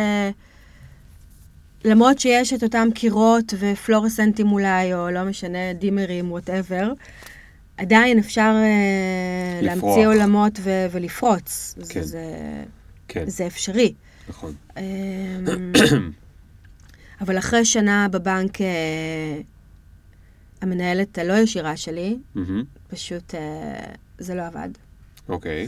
למרות שיש את אותם קירות ופלורסנטים אולי, או לא משנה, דימרים, whatever, עדיין אפשר להמציא עולמות ולפרוץ. כן. זה אפשרי. נכון. אבל אחרי שנה בבנק, המנהלת הלא ישירה שלי, פשוט זה לא עבד. אוקיי.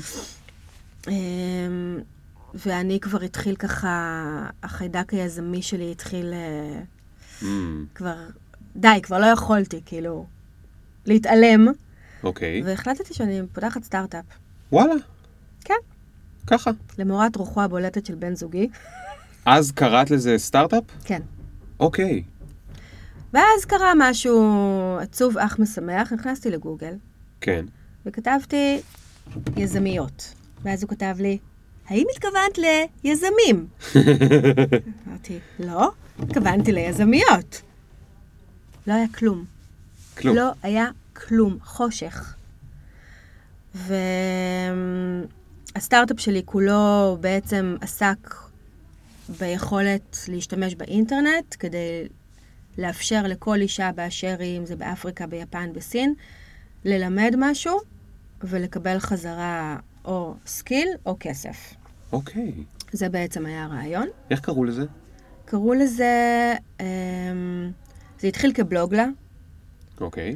ואני כבר התחיל ככה, החיידק היזמי שלי התחיל כבר, די, כבר לא יכולתי, כאילו, להתעלם. אוקיי. והחלטתי שאני פותחת סטארט-אפ. וואלה. כן. ככה. למורת רוחו הבולטת של בן זוגי. אז קראת לזה סטארט-אפ? כן. אוקיי. ואז קרה משהו עצוב אך משמח, נכנסתי לגוגל. כן. וכתבתי יזמיות. ואז הוא כתב לי, האם התכוונת ליזמים? אמרתי, לא, התכוונתי ליזמיות. לא היה כלום. כלום. לא היה כלום, חושך. והסטארט-אפ שלי כולו בעצם עסק ביכולת להשתמש באינטרנט, כדי לאפשר לכל אישה באשר היא, אם זה באפריקה, ביפן, בסין, ללמד משהו ולקבל חזרה או סקיל או כסף. אוקיי. זה בעצם היה הרעיון. איך קראו לזה? קראו לזה, זה התחיל כבלוגלה. אוקיי.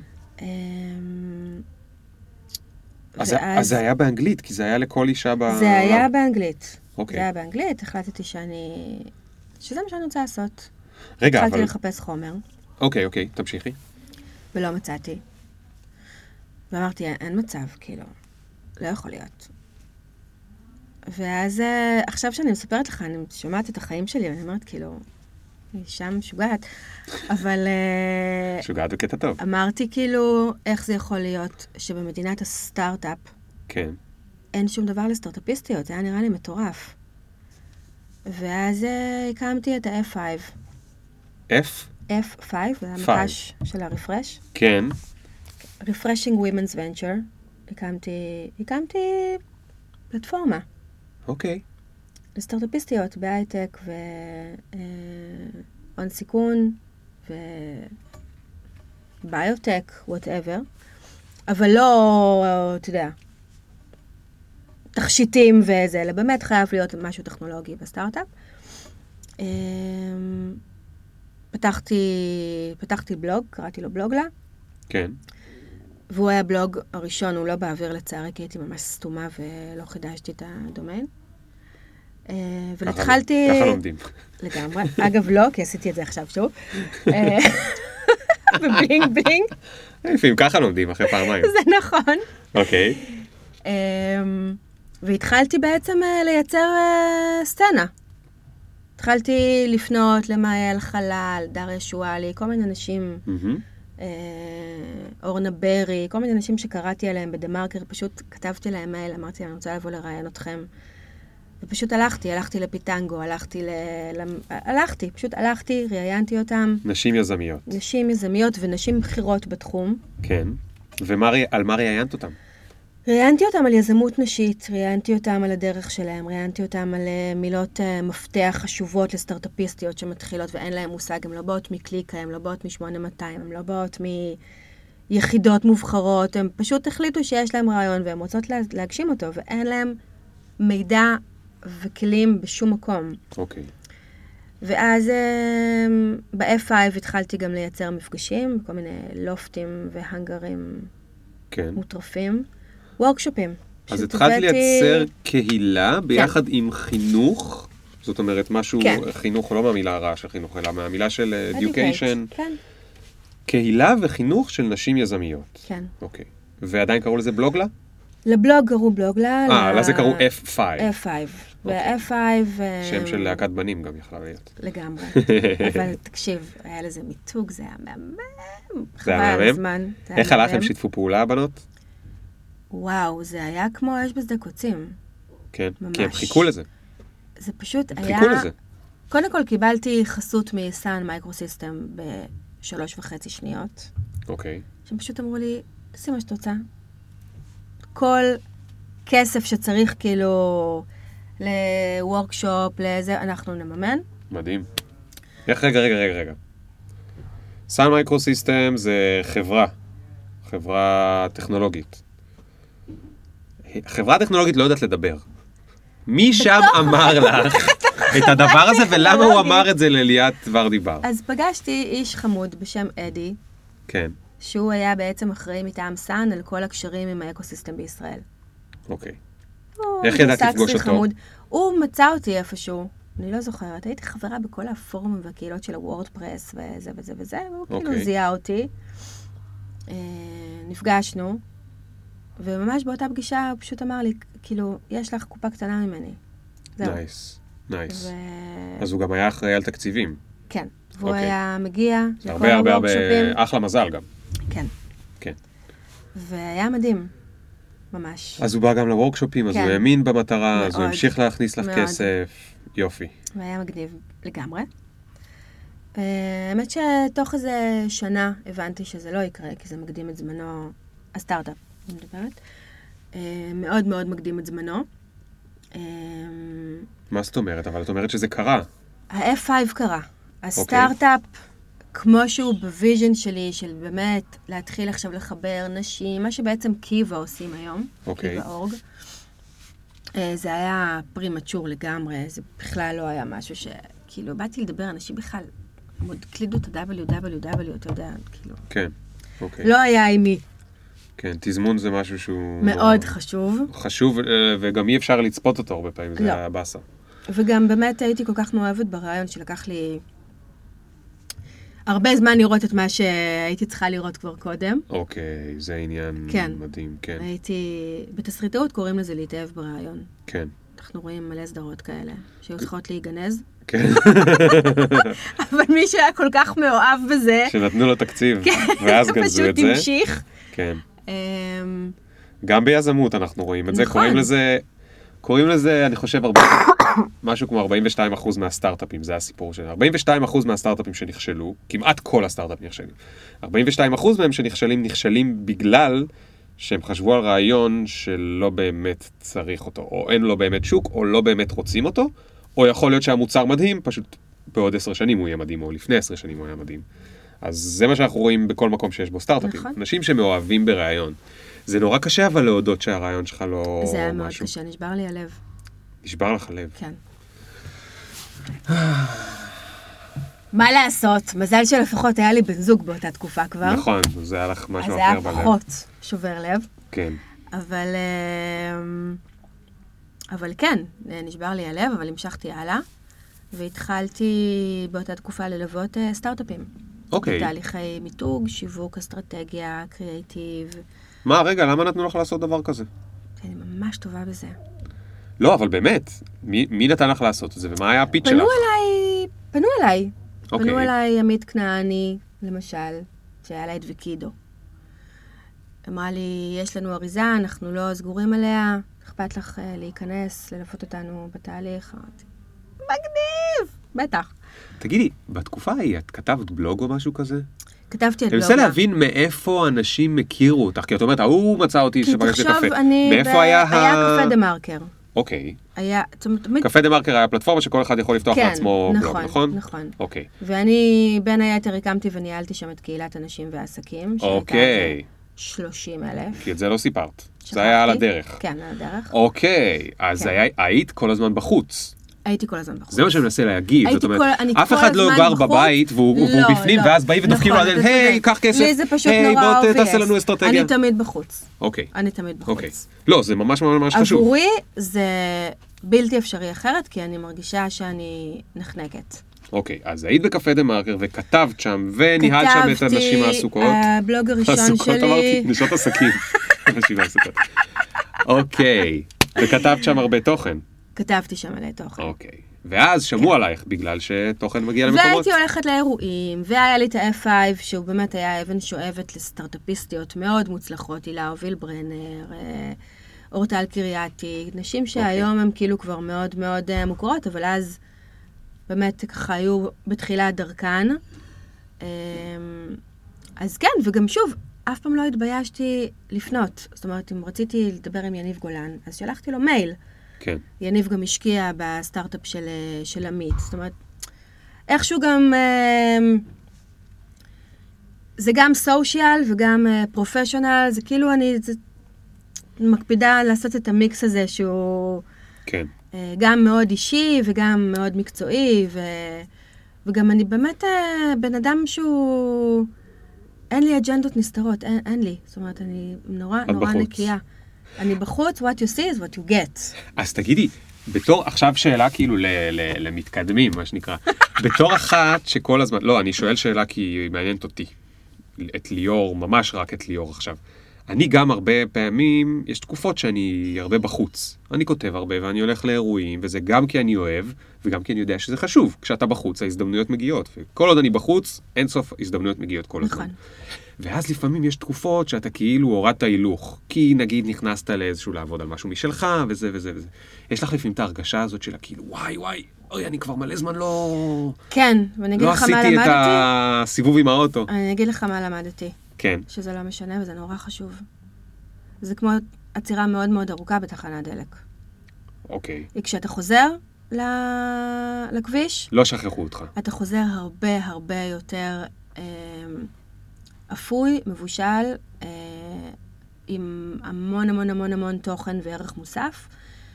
ואז אז זה היה באנגלית, כי זה היה לכל אישה זה היה באנגלית. אוקיי. זה היה באנגלית, החלטתי שזה מה שאני רוצה לעשות. רגע, התחלתי אבל... לחפש חומר, אוקיי, תמשיכי. ולא מצאתי. ואמרתי, אין מצב, כאילו, לא יכול להיות. ואז, עכשיו שאני מספרת לך, אני שומעת את החיים שלי, ואני אומרת, כאילו, אני אישה משוגעת, אבל... משוגעת בקטע טוב. אמרתי, כאילו, איך זה יכול להיות שבמדינת הסטארט-אפ, כן. אין שום דבר לסטארט-אפיסטיות, זה היה נראה לי מטורף. ואז הקמתי את ה-F5. F5, זה המקש של הרפרש. כן. Refreshing Women's Venture. הקמתי פלטפורמה. אוקיי. לסטארט-אפיסטיות בהייטק הון סיכון וביוטק, whatever. אבל לא, אתה יודע, תכשיטים וזה, אלא באמת חייב להיות משהו טכנולוגי בסטארט-אפ. פתחתי בלוג, קראתי לו בלוגלה. כן. והוא היה בלוג הראשון, הוא לא באוויר לצערי, כי הייתי ממש סתומה ולא חידשתי את הדומיין. ולהתחלתי... ככה לומדים. לגמרי. אגב, לא, כי עשיתי את זה עכשיו שוב. ובלינג בלינג. לפעמים ככה לומדים, אחרי פעמיים. זה נכון. אוקיי. והתחלתי בעצם לייצר סצנה. התחלתי לפנות למאייל חלל, דריה שואלי, כל מיני אנשים, אורנה ברי, כל מיני אנשים שקראתי עליהם בדמרקר, פשוט כתבתי להם מייל, אמרתי להם, אני רוצה לבוא לראיין אתכם. ופשוט הלכתי לפיטנגו, פשוט הלכתי, ראיינתי אותם. נשים יזמיות. נשים יזמיות ונשים בחירות בתחום. כן. ועל מה ראיינת אותם? ראיינתי אותם על יזמות נשית, ראיינתי אותם על הדרך שלהם, ראיינתי אותם על מילות מפתח חשובות לסטארט-אפיסטיות שמתחילות ואין להם מושג, הן לא באות מקליקה, הן לא באות מ-8200, הן לא באות מיחידות מובחרות, הן פשוט החליטו שיש להם רעיון והן רוצות להגשים אותו, ואין להם מידע וכלים בשום מקום. אוקיי. ואז ב-F5 התחלתי גם לייצר מפגשים, כל מיני לופטים והנגרים מוטרפים. וורקשופים. אז התחלת לייצר קהילה ביחד עם חינוך, זאת אומרת משהו, חינוך לא מהמילה הרעה של חינוך, אלא מהמילה של education. כן. קהילה וחינוך של נשים יזמיות. כן. אוקיי. ועדיין קראו לזה בלוגלה? לבלוג קראו בלוגלה. לזה קראו F5. F5. ו-F5... שם של להקת בנים גם יכלה להיות. לגמרי. אבל תקשיב, היה לזה מיתוג, זה היה מהמם. זה היה מהמם? איך הלכתם שיתפו פעולה, הבנות? וואו, זה היה כמו אש בשדה קוצים. כן, ממש. כי הם חיכו לזה. זה פשוט היה... חיכו לזה. קודם כל קיבלתי חסות מסאן מייקרוסיסטם ב3.5 שניות. אוקיי. שהם פשוט אמרו לי, תעשי מה שאת רוצה. כל כסף שצריך כאילו לוורקשופ, לזה, אנחנו נממן. מדהים. רגע. סאן מייקרוסיסטם זה חברה טכנולוגית. חברה טכנולוגית לא יודעת לדבר. מי שם אמר לך את הדבר הזה, ולמה הוא אמר את זה לליאת ורדי בר? אז פגשתי איש חמוד בשם אדי. כן. שהוא היה בעצם אחראי מטעם סאן על כל הקשרים עם האקוסיסטם בישראל. אוקיי. איך ידעת לפגוש אותו? חמוד. הוא מצא אותי איפשהו, אני לא זוכרת, הייתי חברה בכל הפורומים והקהילות של הוורדפרס וזה וזה וזה, והוא כאילו זיהה אותי. נפגשנו, וממש באותה פגישה הוא פשוט אמר לי, כאילו, יש לך קופה קטנה ממני. זהו. נייס. אז הוא גם היה אחראי על תקציבים. כן, והוא היה מגיע הרבה, אחלה מזל גם. כן. כן. והיה מדהים, ממש. אז הוא בא גם לוורקשופים, אז הוא האמין במטרה, אז הוא המשיך להכניס לך כסף. יופי. והיה מגניב לגמרי. האמת שתוך איזה שנה הבנתי שזה לא יקרה, כי זה מקדים את זמנו, הסטארט-אפ, אני מדברת. מאוד מאוד מקדים את זמנו. מה זאת אומרת? אבל את אומרת שזה קרה. ה-F5 קרה. הסטארט-אפ, כמו שהוא בוויז'ן שלי, של באמת להתחיל עכשיו לחבר נשים, מה שבעצם קיבה עושים היום, קיבה אורג. זה היה פרימצ'ור לגמרי, זה בכלל לא היה משהו כאילו, באתי לדבר, אנשים בכלל הקלידו את ה-www, אתה יודע, כאילו. כן, אוקיי. לא היה עם מי. כן, תזמון זה משהו שהוא... מאוד חשוב. חשוב, וגם אי אפשר לצפות אותו הרבה פעמים, זה היה באסה. וגם באמת הייתי כל כך מאוהבת ברעיון שלקח לי הרבה זמן לראות את מה שהייתי צריכה לראות כבר קודם. אוקיי, זה עניין מדהים, כן. הייתי, בתסריטאות קוראים לזה להתאהב ברעיון. כן. אנחנו רואים מלא סדרות כאלה, שהיו צריכות להיגנז. כן. אבל מי שהיה כל כך מאוהב בזה... שנתנו לו תקציב, ואז גנזו את זה. פשוט המשיך. כן. גם ביזמות אנחנו רואים את זה. קוראים לזה, אני חושב, משהו כמו 42% מהסטארט-אפים, זה הסיפור שלנו. 42% מהסטארט-אפים שנכשלו, כמעט כל הסטארט-אפים נכשלים. 42% מהם נכשלים בגלל שהם חשבו על רעיון שלא באמת צריך אותו, או אין לו באמת שוק, או לא באמת רוצים אותו, או יכול להיות שהמוצר מדהים, פשוט בעוד 10 שנים הוא יהיה מדהים, או לפני 10 שנים הוא יהיה מדהים. אז זה מה שאנחנו רואים בכל מקום שיש בו סטארט-אפים. נכון. אנשים שמאוהבים ברעיון. זה נורא קשה אבל להודות שהרעיון שלך לא משהו. זה היה מאוד קשה, נשבר לי הלב. נשבר לך הלב. כן. מה לעשות? מזל שלפחות היה לי בן זוג באותה תקופה כבר. נכון, זה היה לך משהו אחר בלב. אז זה היה פחות שובר לב. כן. אבל כן, נשבר לי הלב, אבל המשכתי הלאה, והתחלתי באותה תקופה ללוות סטארט-אפים. אוקיי. בתהליכי מיתוג, שיווק, אסטרטגיה, קריאייטיב. מה, רגע, למה נתנו לך לעשות דבר כזה? אני ממש טובה בזה. לא, אבל באמת, מי נתן לך לעשות את זה, ומה היה הפיץ שלך? פנו אליי. אוקיי. פנו אליי עמית כנעני, למשל, שהיה לה את ויקידו. אמרה לי, יש לנו אריזה, אנחנו לא סגורים עליה, אכפת לך להיכנס, ללפות אותנו בתהליך. אמרתי, מגניב! בטח. תגידי, בתקופה ההיא, את כתבת בלוג או משהו כזה? כתבתי את בלוגה. אני רוצה להבין מאיפה אנשים הכירו אותך, כי את אומרת, הוא מצא אותי שבגשתי קפה. כי תחשוב, היה קפה דה מרקר. אוקיי. תמיד... קפה דה מרקר היה פלטפורמה שכל אחד יכול לפתוח לעצמו בלוג, נכון? נכון. אוקיי. ואני בין היתר הקמתי וניהלתי שם את קהילת אנשים ועסקים. אוקיי. 30,000. כי את זה לא סיפרת. זה היה על הדרך. כן, על הדרך. אוקיי. אז היית כל הזמן בחוץ. הייתי כל הזמן בחוץ. זה מה שאני מנסה להגיד. זאת אומרת, אף אחד לא גר בבית והוא בפנים, ואז באים ודופקים לו עד, היי, קח כסף. לי זה פשוט נורא בוא תעשה לנו אסטרטגיה. אני תמיד בחוץ. אוקיי. אני תמיד בחוץ. לא, זה ממש ממש חשוב. עבורי זה בלתי אפשרי אחרת, כי אני מרגישה שאני נחנקת. אוקיי, אז היית בקפה דה מרקר וכתבת שם, וניהלת שם את הנשים העסוקות. כתבתי, הבלוג הראשון שלי. העסוקות אמרתי, נשות עסקים. הנשים העסוקות. אוקיי, וכתבת שם הרבה תוכן. כתבתי שם מלא תוכן. אוקיי. ואז שמעו עלייך, בגלל שתוכן מגיע למקומות. והייתי הולכת לאירועים, והיה לי את ה-F5, שהוא באמת היה אבן שואבת לסטארט-אפיסטיות מאוד מוצלחות, הילה וילברנר, אורטל קרייתי, נשים שהיום הן כאילו כבר מאוד מאוד מוכרות, אבל אז באמת ככה היו בתחילת דרכן. אז כן, וגם שוב, אף פעם לא התביישתי לפנות. זאת אומרת, אם רציתי לדבר עם יניב גולן, אז שלחתי לו מייל. כן. יניב גם השקיע בסטארט-אפ של עמית. זאת אומרת, איכשהו גם, זה גם סושיאל וגם פרופשיונל, זה כאילו אני מקפידה לעשות את המיקס הזה שהוא כן. גם מאוד אישי וגם מאוד מקצועי, וגם אני באמת בן אדם שהוא אין לי אג'נדות נסתרות, אין לי. זאת אומרת, אני נורא נקייה. אני בחוץ, what you see is what you get. אז תגידי, בתור, עכשיו שאלה כאילו למתקדמים, מה שנקרא. בתור אחת שכל הזמן, לא, אני שואל שאלה כי היא מעניינת אותי. את ליאור, ממש רק את ליאור עכשיו. אני גם הרבה פעמים, יש תקופות שאני הרבה בחוץ. אני כותב הרבה ואני הולך לאירועים, וזה גם כי אני אוהב, וגם כי אני יודע שזה חשוב. כשאתה בחוץ, ההזדמנויות מגיעות. וכל עוד אני בחוץ, אין סוף הזדמנויות מגיעות כל הזמן. ואז לפעמים יש תקופות שאתה כאילו הורדת הילוך. כי נגיד נכנסת לאיזשהו לעבוד על משהו משלך, וזה וזה וזה. יש לך לפעמים את ההרגשה הזאת שלה, כאילו, וואי, אוי, אני כבר מלא זמן כן, ואני אגיד לך מה למדתי. לא עשיתי את הסיבוב עם האוטו. אני אגיד לך מה למדתי. כן. שזה לא משנה וזה נורא חשוב. זה כמו עצירה מאוד מאוד ארוכה בתחנת דלק. אוקיי. כשאתה חוזר לכביש, לא שכחו אותך. אתה חוזר הרבה יותר אפוי, מבושל, עם המון תוכן וערך מוסף,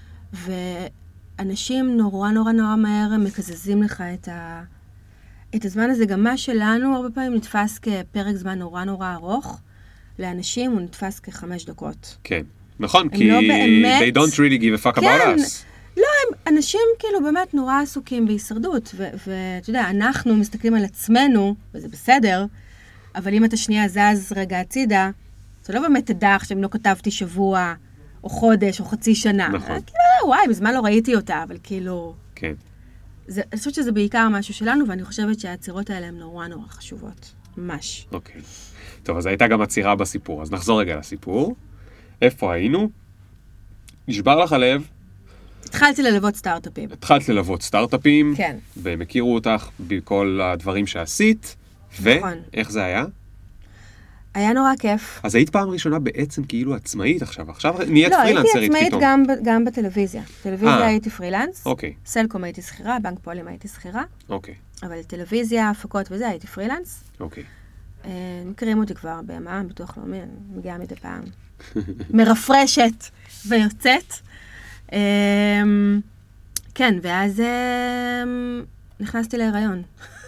ואנשים נורא מהר מקזזים לך את הזמן הזה. גם מה שלנו הרבה פעמים נתפס כפרק זמן נורא ארוך, לאנשים הוא נתפס כ5 דקות. כן, נכון, כי לא באמת, they don't really give a fuck about us. לא, אנשים כאילו באמת נורא עסוקים בהישרדות, ואתה יודע, אנחנו מסתכלים על עצמנו, וזה בסדר, אבל אם אתה שנייה זז רגע הצידה, זה לא באמת תדע עכשיו אם לא כתבתי שבוע, או חודש, או חצי שנה. נכון. כאילו, וואי, בזמן לא ראיתי אותה, אבל כאילו... כן. אני חושבת שזה בעיקר משהו שלנו, ואני חושבת שהעצירות האלה הן נורא חשובות. ממש. אוקיי. טוב, אז הייתה גם עצירה בסיפור. אז נחזור רגע לסיפור. איפה היינו? נשבר לך הלב. התחלתי ללוות סטארט-אפים. התחלת ללוות סטארט-אפים. כן. והם הכירו אותך בכל הדברים שעשית. נכון. ואיך זה היה? היה נורא כיף. אז היית פעם ראשונה בעצם כאילו עצמאית עכשיו. עכשיו נהיית פרילנסרית פתאום. לא, הייתי עצמאית גם בטלוויזיה. טלוויזיה הייתי פרילנס. אוקיי. סלקום הייתי שכירה, בנק פועלים הייתי שכירה. אוקיי. אבל טלוויזיה, הפקות וזה, הייתי פרילנס. אוקיי. מכירים אותי כבר במע"מ, ביטוח לאומי, אני מגיעה מדי פעם. מרפרשת ויוצאת. כן, ואז נכנסתי להיריון.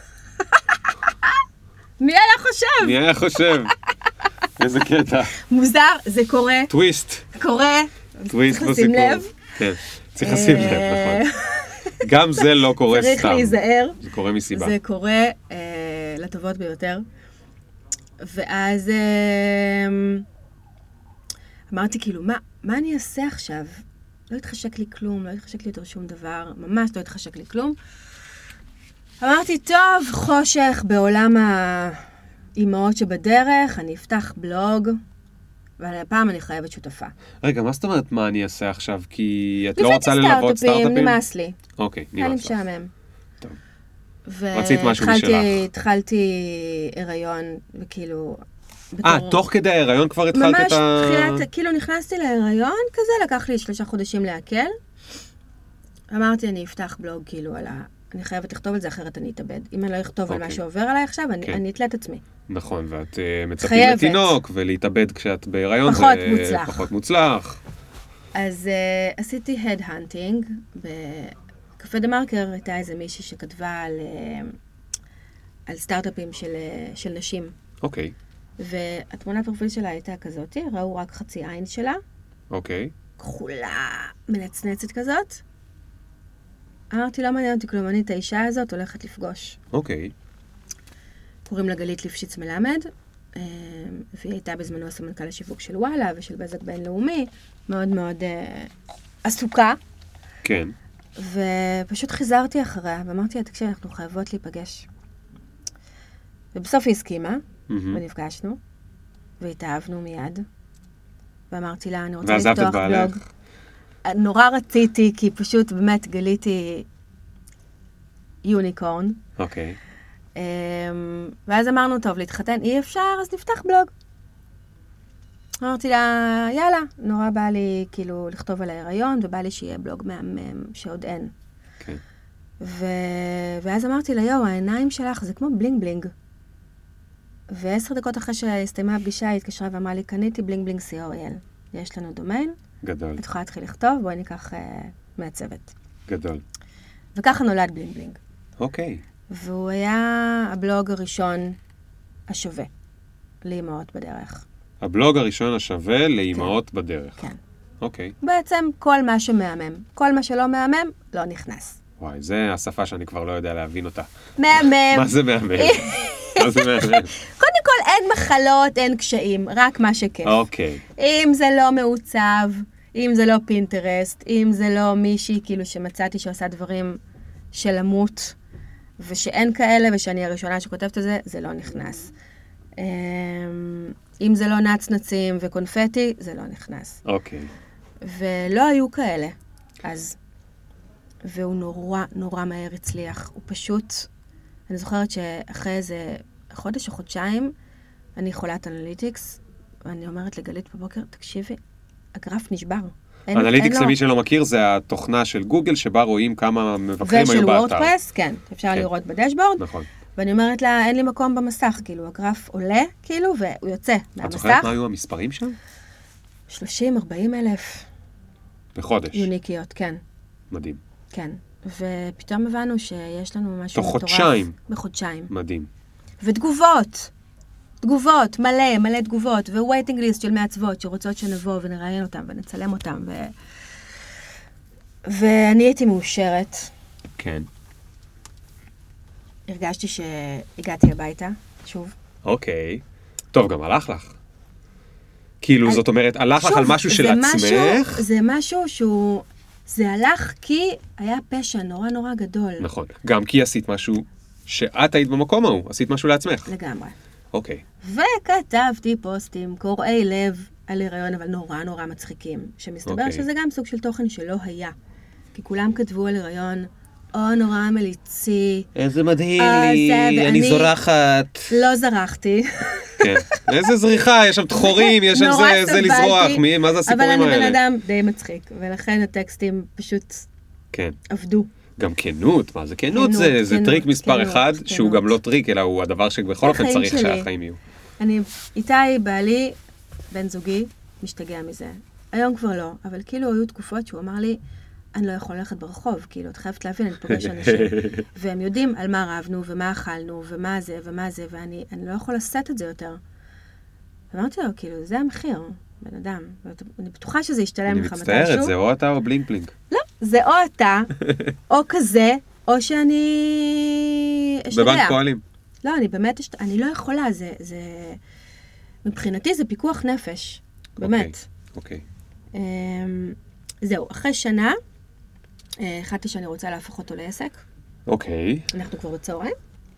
מי היה חושב? איזה קטע. מוזר, זה קורה. טוויסט. קורה. טוויסט צריך לשים לב. כן, צריך לשים לב, נכון. גם זה לא קורה סתם. צריך להיזהר. זה קורה מסיבה. זה קורה לטובות ביותר. ואז אמרתי כאילו, מה אני אעשה עכשיו? לא התחשק לי כלום, לא התחשק לי יותר שום דבר, ממש לא התחשק לי כלום. אמרתי, טוב, חושך בעולם האימהות שבדרך, אני אפתח בלוג, והפעם אני חייבת שותפה. רגע, מה זאת אומרת מה אני אעשה עכשיו? כי את לא רוצה ללוות סטארט-אפים? נמאס לי. אוקיי, היה לי נמאס לך. משעמם. טוב. רצית משהו משלך. התחלתי הריון, וכאילו... תוך כדי ההיריון כבר התחלת את ה... ממש תחילת, כאילו נכנסתי להיריון כזה, לקח לי 3 חודשים להקל. אמרתי, אני אפתח בלוג כאילו על אני חייבת לכתוב על זה, אחרת אני אתאבד. אם אני לא אכתוב על מה שעובר עליי עכשיו, אני אתלה את עצמי. נכון, ואת מצפים לתינוק, ולהתאבד כשאת בהיריון זה פחות מוצלח. אז עשיתי הד-הנטינג. בקפה דה מרקר הייתה איזה מישהי שכתבה על סטארט-אפים של נשים. אוקיי. והתמונת פרופיל שלה הייתה כזאת, ראו רק חצי עין שלה. אוקיי. כחולה, מנצנצת כזאת. אמרתי, לא מעניין אותי כלום, אני את האישה הזאת הולכת לפגוש. אוקיי. קוראים לה גלית ליפשיץ מלמד, והיא הייתה בזמנו הסמנכ"ל השיווק של וואלה ושל בזק בינלאומי, מאוד מאוד עסוקה. כן. ופשוט חיזרתי אחריה, ואמרתי, תקשיב, אנחנו חייבות להיפגש. ובסוף היא הסכימה, ונפגשנו, והתאהבנו מיד, ואמרתי לה, אני רוצה לפתוח בלוג. נורא רציתי, כי פשוט באמת גיליתי יוניקורן. אוקיי. ואז אמרנו, טוב, להתחתן אי אפשר, אז נפתח בלוג. אמרתי לה, יאללה, נורא בא לי כאילו לכתוב על ההיריון, ובא לי שיהיה בלוג מהמם שעוד אין. כן. ואז אמרתי לה, יו, העיניים שלך זה כמו בלינג בלינג. ו10 דקות אחרי שהסתיימה הפגישה, היא התקשרה ואמרה לי, קניתי בלינג בלינג co.il. יש לנו דומיין. גדול. את יכולה להתחיל לכתוב, בואי ניקח מעצבת. גדול. וככה נולד בלינג בלינג. אוקיי. והוא היה הבלוג הראשון השווה. לאמהות בדרך. הבלוג הראשון השווה לאמהות בדרך. כן. אוקיי. בעצם כל מה שמאמם. כל מה שלא מאמם, לא נכנס. וואי, זה השפה שאני כבר לא יודע להבין אותה. מאמם. מה זה מאמם? מה זה מאמם? קודם כל, אין מחלות, אין קשיים, רק מה שכיף. אוקיי. אם זה לא מעוצב, אם זה לא פינטרסט, אם זה לא מישהי כאילו שמצאתי שעושה דברים של למות, ושאין כאלה, ושאני הראשונה שכותבת את זה, זה לא נכנס. אם זה לא נצנצים וקונפטי, זה לא נכנס. אוקיי. ולא היו כאלה. אז, והוא נורא, נורא מהר הצליח. הוא פשוט, אני זוכרת שאחרי איזה חודש או חודשיים, אני חולת אנליטיקס, ואני אומרת לגלית בבוקר, תקשיבי, הגרף נשבר. אנליטיקס, למי שלא מכיר, זה התוכנה של גוגל, שבה רואים כמה מבקרים היו באתר. ושל וורדפרס, כן, אפשר לראות בדשבורד. נכון. ואני אומרת לה, אין לי מקום במסך, כאילו, הגרף עולה, כאילו, והוא יוצא מהמסך. את זוכרת מה היו המספרים שם? 30-40 אלף. בחודש. יוניקיות, כן. מדהים. כן. ופתאום הבנו שיש לנו משהו תוך מטורף. חודשיים. בחודשיים. מדהים. ותגובות. תגובות, מלא תגובות, ווייטינג ליסט של מעצבות שרוצות שנבוא ונראיין אותם ונצלם אותם. ואני הייתי מאושרת. כן. הרגשתי שהגעתי הביתה, שוב. אוקיי. טוב, גם הלך לך. כאילו, זאת אומרת, הלך לך על משהו של עצמך. זה משהו שהוא... זה הלך כי היה פשע נורא נורא גדול. נכון. גם כי עשית משהו שאת היית במקום ההוא. עשית משהו לעצמך. לגמרי. אוקיי. וכתבתי פוסטים, קוראי לב על הריון, אבל נורא נורא מצחיקים. שמסתבר שזה גם סוג של תוכן שלא היה. כי כולם כתבו על הריון, נורא מליצי. איזה מדהים לי, אני זורחת. לא זרחתי. כן. איזה זריחה, יש שם תחורים, יש שם זה לזרוח, מה זה הסיפורים האלה? אבל אני בן אדם די מצחיק, ולכן הטקסטים פשוט עבדו. גם כנות, מה זה כנות? זה טריק מספר אחד, שהוא גם לא טריק, אלא הוא הדבר שבכל אופן צריך שהחיים יהיו. איתי, בעלי, בן זוגי, משתגע מזה. היום כבר לא, אבל כאילו היו תקופות שהוא אמר לי, אני לא יכול ללכת ברחוב, כאילו, את חייבת להבין, אני פוגש אנשים. והם יודעים על מה רבנו, ומה אכלנו, ומה זה, ואני לא יכול לשאת את זה יותר. אמרתי לו, כאילו, זה המחיר, בן אדם. אני בטוחה שזה ישתלם לך מתישהו. אני מצטערת, זה או אתה או בלינק בלינק. לא, זה או אתה, או כזה, או שאני אשתגע. בבנק פועלים. לא, אני באמת, אני לא יכולה, מבחינתי זה פיקוח נפש, באמת. אוקיי. זהו, אחרי שנה, החלטתי שאני רוצה להפוך אותו לעסק. אוקיי. אנחנו כבר בצהריים?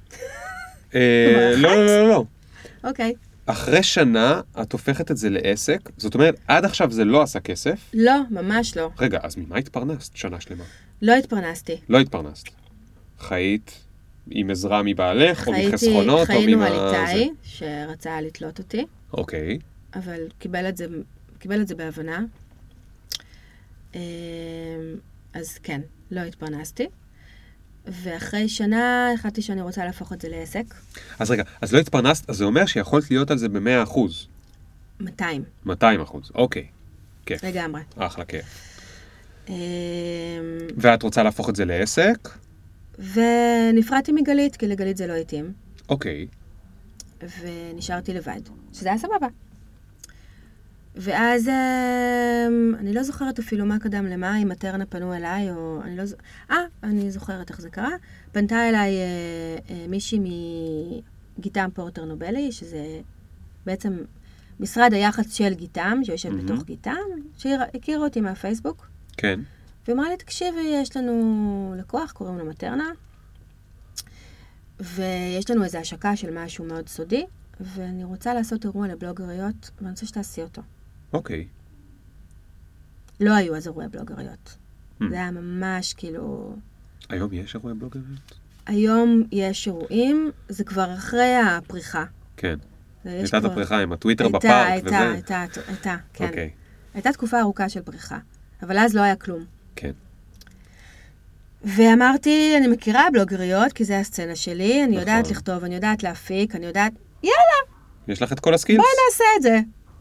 לא. אוקיי. אחרי שנה, את הופכת את זה לעסק? זאת אומרת, עד עכשיו זה לא עשה כסף? לא, ממש לא. רגע, אז ממה התפרנסת שנה שלמה? לא התפרנסתי. לא התפרנסת. חיית עם עזרה מבעלך, או מחסכונות, או חיינו על איתי, שרצה לתלות אותי. אוקיי. אבל קיבל את זה בהבנה. אז כן, לא התפרנסתי. ואחרי שנה החלטתי שאני רוצה להפוך את זה לעסק. אז רגע, אז לא התפרנסת, אז זה אומר שיכולת להיות על זה ב-100%. 200. 200%, אוקיי. כיף. לגמרי. אחלה, כיף. ואת רוצה להפוך את זה לעסק? ונפרדתי מגלית, כי לגלית זה לא התאים. אוקיי. ונשארתי לבד, שזה היה סבבה. ואז אני לא זוכרת אפילו מה קדם למה, אם מטרנה פנו אליי, או אני זוכרת איך זה קרה. פנתה אליי מישהי מגיטם פורטר נובלי, שזה בעצם משרד היח"צ של גיטם, שיושב בתוך גיטם, שהכירה אותי מהפייסבוק. כן. ואמרה לי, תקשיבי, יש לנו לקוח, קוראים לו מטרנה, ויש לנו איזו השקה של משהו מאוד סודי, ואני רוצה לעשות אירוע לבלוגריות, ואני רוצה שתעשי אותו. אוקיי. לא היו אז אירועי בלוגריות. זה היה ממש כאילו... היום יש אירועי בלוגריות? היום יש אירועים, זה כבר אחרי הפריחה. כן. הייתה את הפריחה עם הטוויטר בפארק וזה? הייתה, כן. הייתה תקופה ארוכה של פריחה, אבל אז לא היה כלום. כן. ואמרתי, אני מכירה בלוגריות, כי זה הסצנה שלי, אני יודעת לכתוב, אני יודעת להפיק, אני יודעת... יאללה! יש לך את כל הסקילס? בואי נעשה את זה.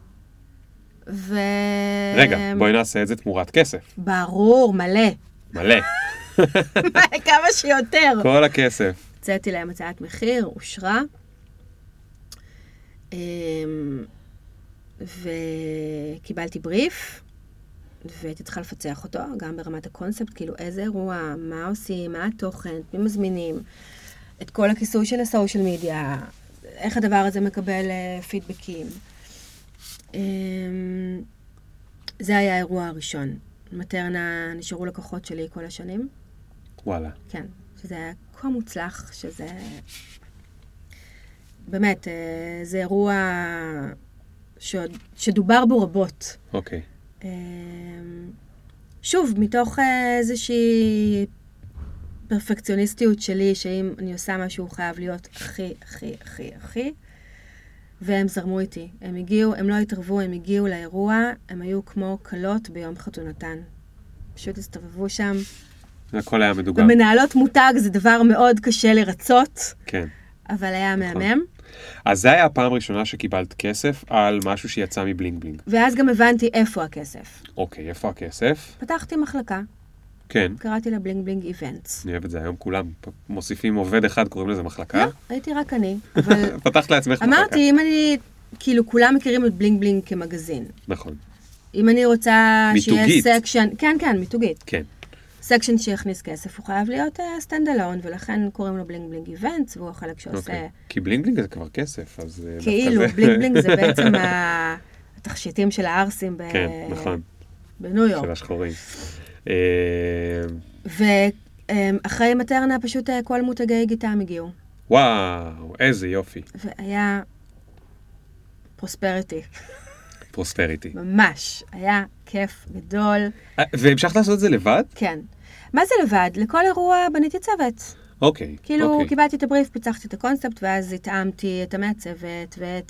רגע, בואי נעשה את זה תמורת כסף. ברור, מלא. מלא. כמה שיותר. כל הכסף. הצעתי להם הצעת מחיר, אושרה. וקיבלתי בריף, והייתי צריכה לפצח אותו, גם ברמת הקונספט, כאילו איזה אירוע, מה עושים, מה התוכן, מי מזמינים, את כל הכיסוי של הסושיאל מדיה, איך הדבר הזה מקבל פידבקים. זה היה האירוע הראשון. מטרנה נשארו לקוחות שלי כל השנים. וואלה. כן, שזה היה כה מוצלח, שזה... באמת, זה אירוע שדובר בו רבות. אוקיי. שוב, מתוך איזושהי פרפקציוניסטיות שלי, שאם אני עושה משהו, הוא חייב להיות הכי, הכי, הכי, הכי, והם זרמו איתי. הם הגיעו, הם לא התערבו, הם הגיעו לאירוע, הם היו כמו קלות ביום חתונתן. פשוט הסתובבו שם. הכל היה מדוגם. ומנהלות מותג זה דבר מאוד קשה לרצות. כן. אבל היה נכון. מהמם. אז זה היה הפעם הראשונה שקיבלת כסף על משהו שיצא מבלינג בלינג. ואז גם הבנתי איפה הכסף. אוקיי, איפה הכסף? פתחתי מחלקה. כן. קראתי לה בלינג בלינג איבנטס. אני אוהב את זה, היום כולם מוסיפים עובד אחד, קוראים לזה מחלקה. לא, הייתי רק אני. אבל פתחת לעצמך מחלקה. אמרתי, אם אני, כאילו, כולם מכירים את בלינג בלינג כמגזין. נכון. אם אני רוצה שיהיה מיתוגית. סקשן, כן, כן, מיתוגית. כן. סקשן שיכניס כסף, הוא חייב להיות סטנד אלון, ולכן קוראים לו בלינג בלינג איבנטס, והוא החלק שעושה... אוקיי. כי בלינג בלינג זה כבר כסף, אז... כאילו, בלינג בלינג זה בעצם התכשיטים של הערסים כן, נכון. בניו של יורק. השחורים. ואחרי מטרנה פשוט כל מותגי גיטם הגיעו. וואו, איזה יופי. והיה פרוספריטי. פרוספריטי. ממש. היה כיף גדול. והמשכת לעשות את זה לבד? כן. מה זה לבד? לכל אירוע בניתי צוות. אוקיי. כאילו, אוקיי. קיבלתי את הבריף, פיצחתי את הקונספט, ואז התאמתי את המעצבת, ואת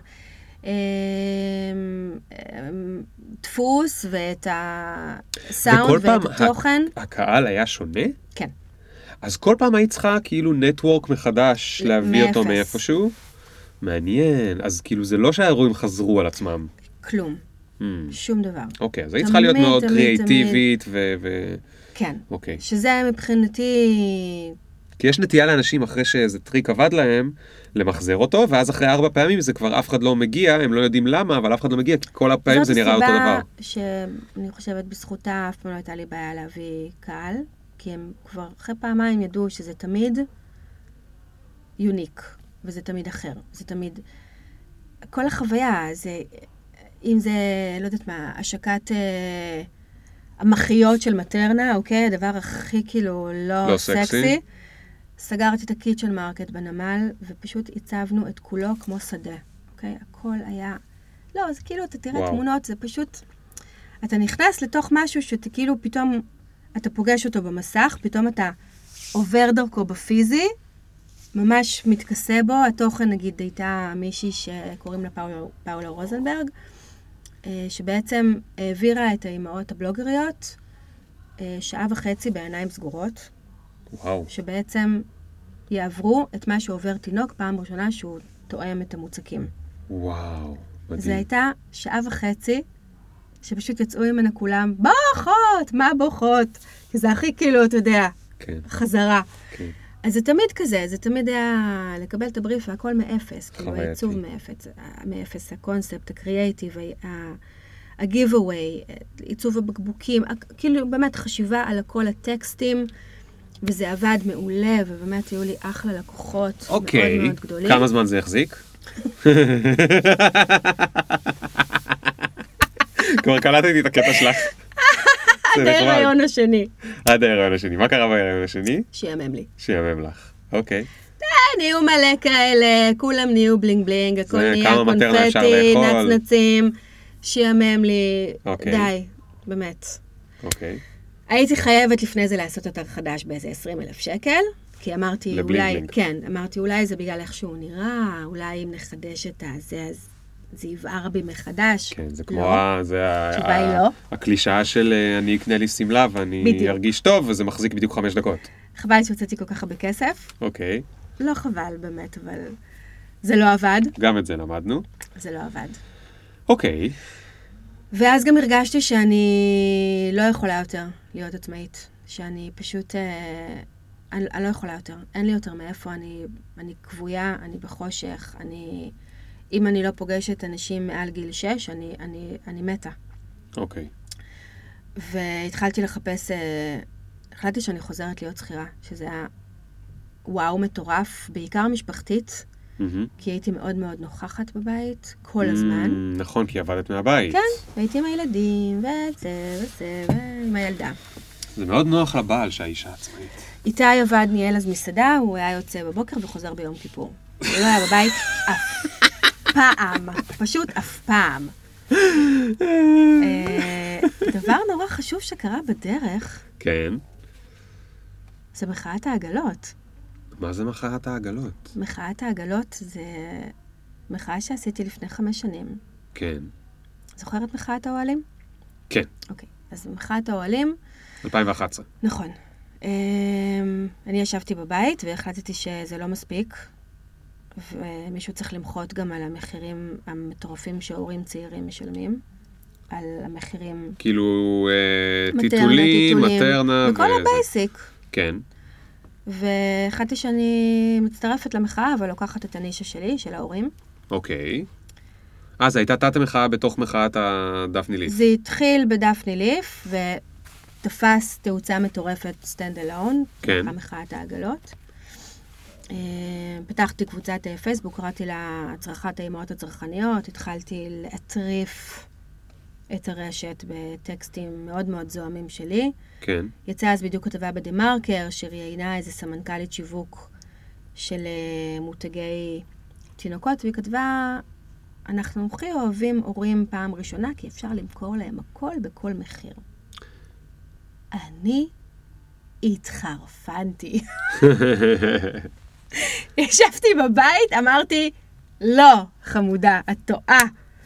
הדפוס, ואת הסאונד, ואת התוכן. הקהל היה שונה? כן. אז כל פעם היית צריכה כאילו נטוורק מחדש להביא אותו מאיפשהו? מעניין. אז כאילו זה לא שהאירועים חזרו על עצמם. כלום. שום דבר. אוקיי, אז היית צריכה להיות מאוד קריאטיבית כן. אוקיי. שזה מבחינתי... כי יש נטייה לאנשים אחרי שאיזה טריק עבד להם, למחזר אותו, ואז אחרי 4 פעמים זה כבר אף אחד לא מגיע, הם לא יודעים למה, אבל אף אחד לא מגיע, כי כל הפעמים זה נראה אותו דבר. זאת הסיבה שאני חושבת בזכותה אף פעם לא הייתה לי בעיה להביא קהל, כי הם כבר אחרי פעמיים ידעו שזה תמיד יוניק, וזה תמיד אחר. זה תמיד... כל החוויה, זה... אם זה, לא יודעת מה, השקת המחיות של מטרנה, אוקיי? הדבר הכי כאילו לא סקסי. סגרתי את הקיצ'ן מרקט בנמל, ופשוט הצבנו את כולו כמו שדה, אוקיי? הכל היה... לא, זה כאילו, אתה תראה תמונות, זה פשוט... אתה נכנס לתוך משהו שאתה כאילו פתאום, אתה פוגש אותו במסך, פתאום אתה עובר דרכו בפיזי, ממש מתכסה בו. התוכן, נגיד, הייתה מישהי שקוראים לה פאולה רוזנברג, שבעצם העבירה את האימהות הבלוגריות 1.5 שעה בעיניים סגורות. וואו. שבעצם יעברו את מה שעובר תינוק פעם ראשונה שהוא תואם את המוצקים. וואו, מדהים. זה הייתה 1.5 שעה שפשוט יצאו ממנה כולם, בוכות, מה בוכות? כי זה הכי כאילו, אתה יודע, כן. חזרה. כן. אז זה תמיד כזה, זה תמיד היה לקבל את הבריף והכל מאפס. כאילו העיצוב מאפס, הקונספט, הקריאייטיב, הגיב-אווי, עיצוב הבקבוקים, כאילו באמת חשיבה על הכל הטקסטים, וזה עבד מעולה, ובאמת היו לי אחלה לקוחות מאוד מאוד גדולים. כמה זמן זה החזיק? כבר קלטתי את הקטע שלך. עד ההיריון השני. עד ההיריון השני. מה קרה בהיריון השני? שיאמם לי. שיאמם לך. אוקיי. נהיו מלא כאלה, כולם נהיו בלינג בלינג, הכל נהיה קונפטי, נצנצים, שיאמם לי. די, באמת. אוקיי. הייתי חייבת לפני זה לעשות אתר חדש באיזה 20,000 שקל, כי אמרתי אולי, כן, אמרתי אולי זה בגלל איך שהוא נראה, אולי אם נחדש את הזה, אז זה יבער בי מחדש. כן, זה כמו, זה הקלישאה של אני אקנה לי סמלה ואני ארגיש טוב, וזה מחזיק בדיוק 5 דקות. חבל שהוצאתי כל כך הרבה כסף. אוקיי. לא חבל באמת, אבל זה לא עבד. גם את זה למדנו. זה לא עבד. אוקיי. ואז גם הרגשתי שאני לא יכולה יותר להיות עצמאית. שאני פשוט, אני לא יכולה יותר. אין לי יותר מאיפה, אני כבויה, אני בחושך, אני אם אני לא פוגשת אנשים מעל גיל 6, אני מתה. אוקיי. והתחלתי לחפש, החלטתי שאני חוזרת להיות שכירה, שזה היה וואו מטורף, בעיקר משפחתית, כי הייתי מאוד מאוד נוכחת בבית, כל הזמן. נכון, כי עבדת מהבית. כן, והייתי עם הילדים, וזה, ועם הילדה. זה מאוד נוח לבעל שהאישה עצמאית. איתי עבד ניהל אז מסעדה, הוא היה יוצא בבוקר וחוזר ביום כיפור. הוא לא היה בבית אף פעם, פשוט אף פעם. דבר נורא חשוב שקרה בדרך, כן. זה מחאת העגלות. מה זה מחאת העגלות? מחאת העגלות זה מחאה שעשיתי לפני 5 שנים. כן. זוכרת מחאת האוהלים? כן. אוקיי, אז מחאת האוהלים... 2011. נכון. אני ישבתי בבית והחלטתי שזה לא מספיק, ומישהו צריך למחות גם על המחירים המטורפים שההורים צעירים משלמים, על המחירים... כאילו טיטולים, מטרנה וכל הבייסיק. כן. והחלטתי שאני מצטרפת למחאה, אבל לוקחת את הנישה שלי, של ההורים. אוקיי. אז הייתה תת המחאה בתוך מחאת הדפני ליף. זה התחיל בדפני ליף, ותפס תאוצה מטורפת stand alone, כן. מחאת העגלות. פתחתי קבוצת פייסבוק, קראתי לה הצרכת האימהות הצרכניות, התחלתי להטריף את הרשת בטקסטים מאוד מאוד זוהמים שלי. כן. יצאה אז בדיוק כתבה בדה-מרקר, שראיינה איזה סמנכ"לית שיווק של מותגי תינוקות, והיא כתבה, אנחנו הכי אוהבים הורים פעם ראשונה, כי אפשר למכור להם הכל בכל מחיר. אני התחרפנתי. ישבתי בבית, אמרתי, לא, חמודה, את טועה.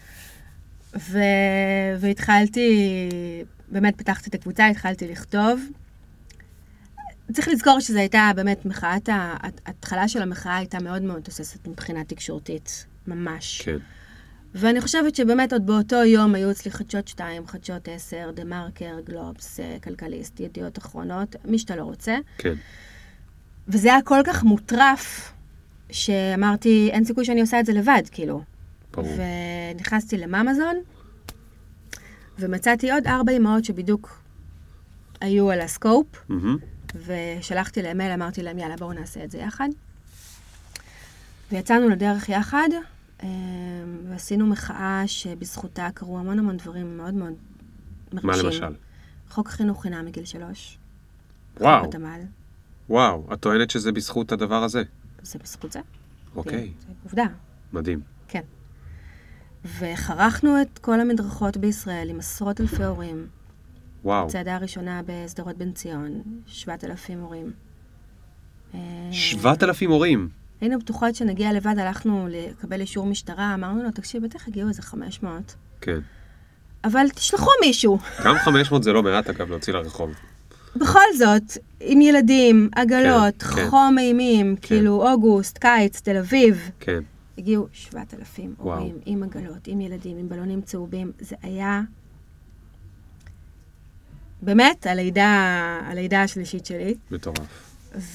והתחלתי, באמת פתחתי את הקבוצה, התחלתי לכתוב. צריך לזכור שזו הייתה באמת מחאת, ההתחלה של המחאה הייתה מאוד מאוד תוססת מבחינה תקשורתית, ממש. כן. ואני חושבת שבאמת עוד באותו יום היו אצלי חדשות 2, חדשות 10, דה-מרקר, גלובס, כלכליסט, ידיעות אחרונות, מי שאתה לא רוצה. כן. וזה היה כל כך מוטרף, שאמרתי, אין סיכוי שאני עושה את זה לבד, כאילו. ברור. ונכנסתי לממזון, ומצאתי עוד 4 אמהות שבדיוק היו על הסקופ, ושלחתי להם מייל, אמרתי להם, יאללה, בואו נעשה את זה יחד. ויצאנו לדרך יחד, ועשינו מחאה שבזכותה קרו המון דברים מאוד מאוד מרשים. מה למשל? חוק חינוך חינם מגיל 3. וואו. חוק התמ"ל. וואו, את טוענת שזה בזכות הדבר הזה? זה בזכות זה. אוקיי. זה עובדה. מדהים. כן. וחרכנו את כל המדרכות בישראל עם עשרות אלפי הורים. וואו. הצעדה הראשונה בסדרות בן ציון, 7,000 הורים. 7,000 הורים? היינו בטוחות שנגיע לבד, הלכנו לקבל אישור משטרה, אמרנו לו, תקשיב, בטח הגיעו איזה 500. כן. אבל תשלחו מישהו. גם 500 זה לא מעט, אגב, להוציא לרחוב. בכל זאת, עם ילדים, עגלות, כן. חום אימים, כאילו אוגוסט, קיץ, תל אביב. כן. הגיעו 7,000 וואו. הורים, עם עגלות, עם ילדים, עם בלונים צהובים. זה היה באמת הלידה השלישית שלי. מטורף.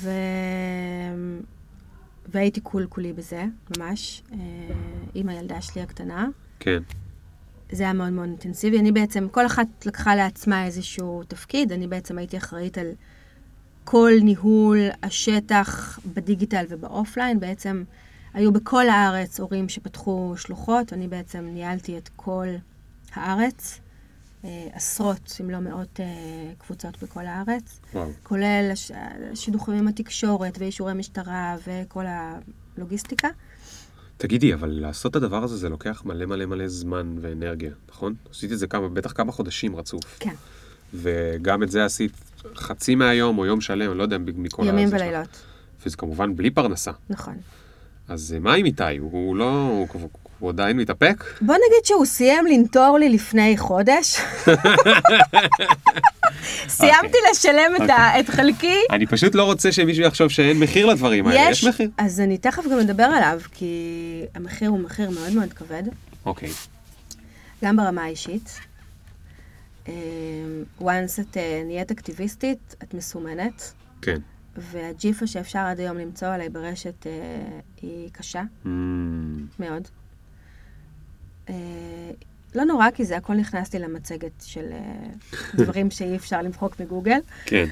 והייתי כולי בזה, ממש, עם הילדה שלי הקטנה. כן. זה היה מאוד מאוד אינטנסיבי. אני בעצם, כל אחת לקחה לעצמה איזשהו תפקיד, אני בעצם הייתי אחראית על כל ניהול השטח בדיגיטל ובאופליין. בעצם היו בכל הארץ הורים שפתחו שלוחות, אני בעצם ניהלתי את כל הארץ, עשרות, אם לא מאות קבוצות בכל הארץ, וואו. כולל שידוכים עם התקשורת ואישורי משטרה וכל הלוגיסטיקה. תגידי, אבל לעשות את הדבר הזה זה לוקח מלא זמן ואנרגיה, נכון? עשית את זה בטח כמה חודשים רצוף. כן. וגם את זה עשית חצי מהיום או יום שלם, אני לא יודע מכל ימים ולילות. וזה כמובן בלי פרנסה. נכון. אז מה עם איתי? הוא עדיין מתאפק? בוא נגיד שהוא סיים לנטור לי לפני חודש. סיימתי לשלם את חלקי. אני פשוט לא רוצה שמישהו יחשוב שאין מחיר לדברים האלה. יש מחיר? אז אני תכף גם אדבר עליו, כי המחיר הוא מחיר מאוד מאוד כבד. אוקיי. גם ברמה האישית. once את נהיית אקטיביסטית, את מסומנת. כן. והג'יפה שאפשר עד היום למצוא עליי ברשת היא קשה. מאוד. לא נורא, כי זה הכל נכנס לי למצגת של דברים שאי אפשר למחוק מגוגל. כן.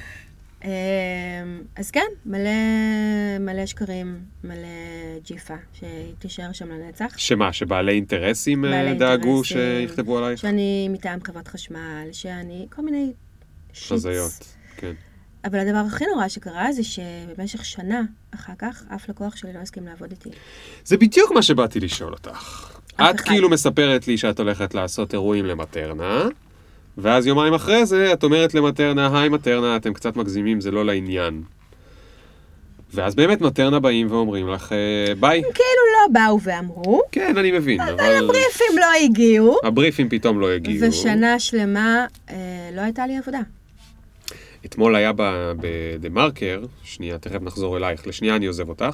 אז כן, מלא שקרים, מלא ג'יפה, שתישאר שם לנצח. שמה, שבעלי אינטרסים דאגו שיכתבו עלייך? שאני מטעם חברת חשמל, שאני כל מיני שיטס. הזיות, כן. אבל הדבר הכי נורא שקרה זה שבמשך שנה אחר כך, אף לקוח שלי לא הסכים לעבוד איתי. זה בדיוק מה שבאתי לשאול אותך. את כאילו מספרת לי שאת הולכת לעשות אירועים למטרנה, ואז יומיים אחרי זה את אומרת למטרנה, היי מטרנה, אתם קצת מגזימים, זה לא לעניין. ואז באמת מטרנה באים ואומרים לך, ביי. כאילו לא באו ואמרו. כן, אני מבין. אבל הבריפים לא הגיעו. הבריפים פתאום לא הגיעו. ושנה שלמה לא הייתה לי עבודה. אתמול היה בדה-מרקר, שנייה, תכף נחזור אלייך, לשנייה אני עוזב אותך.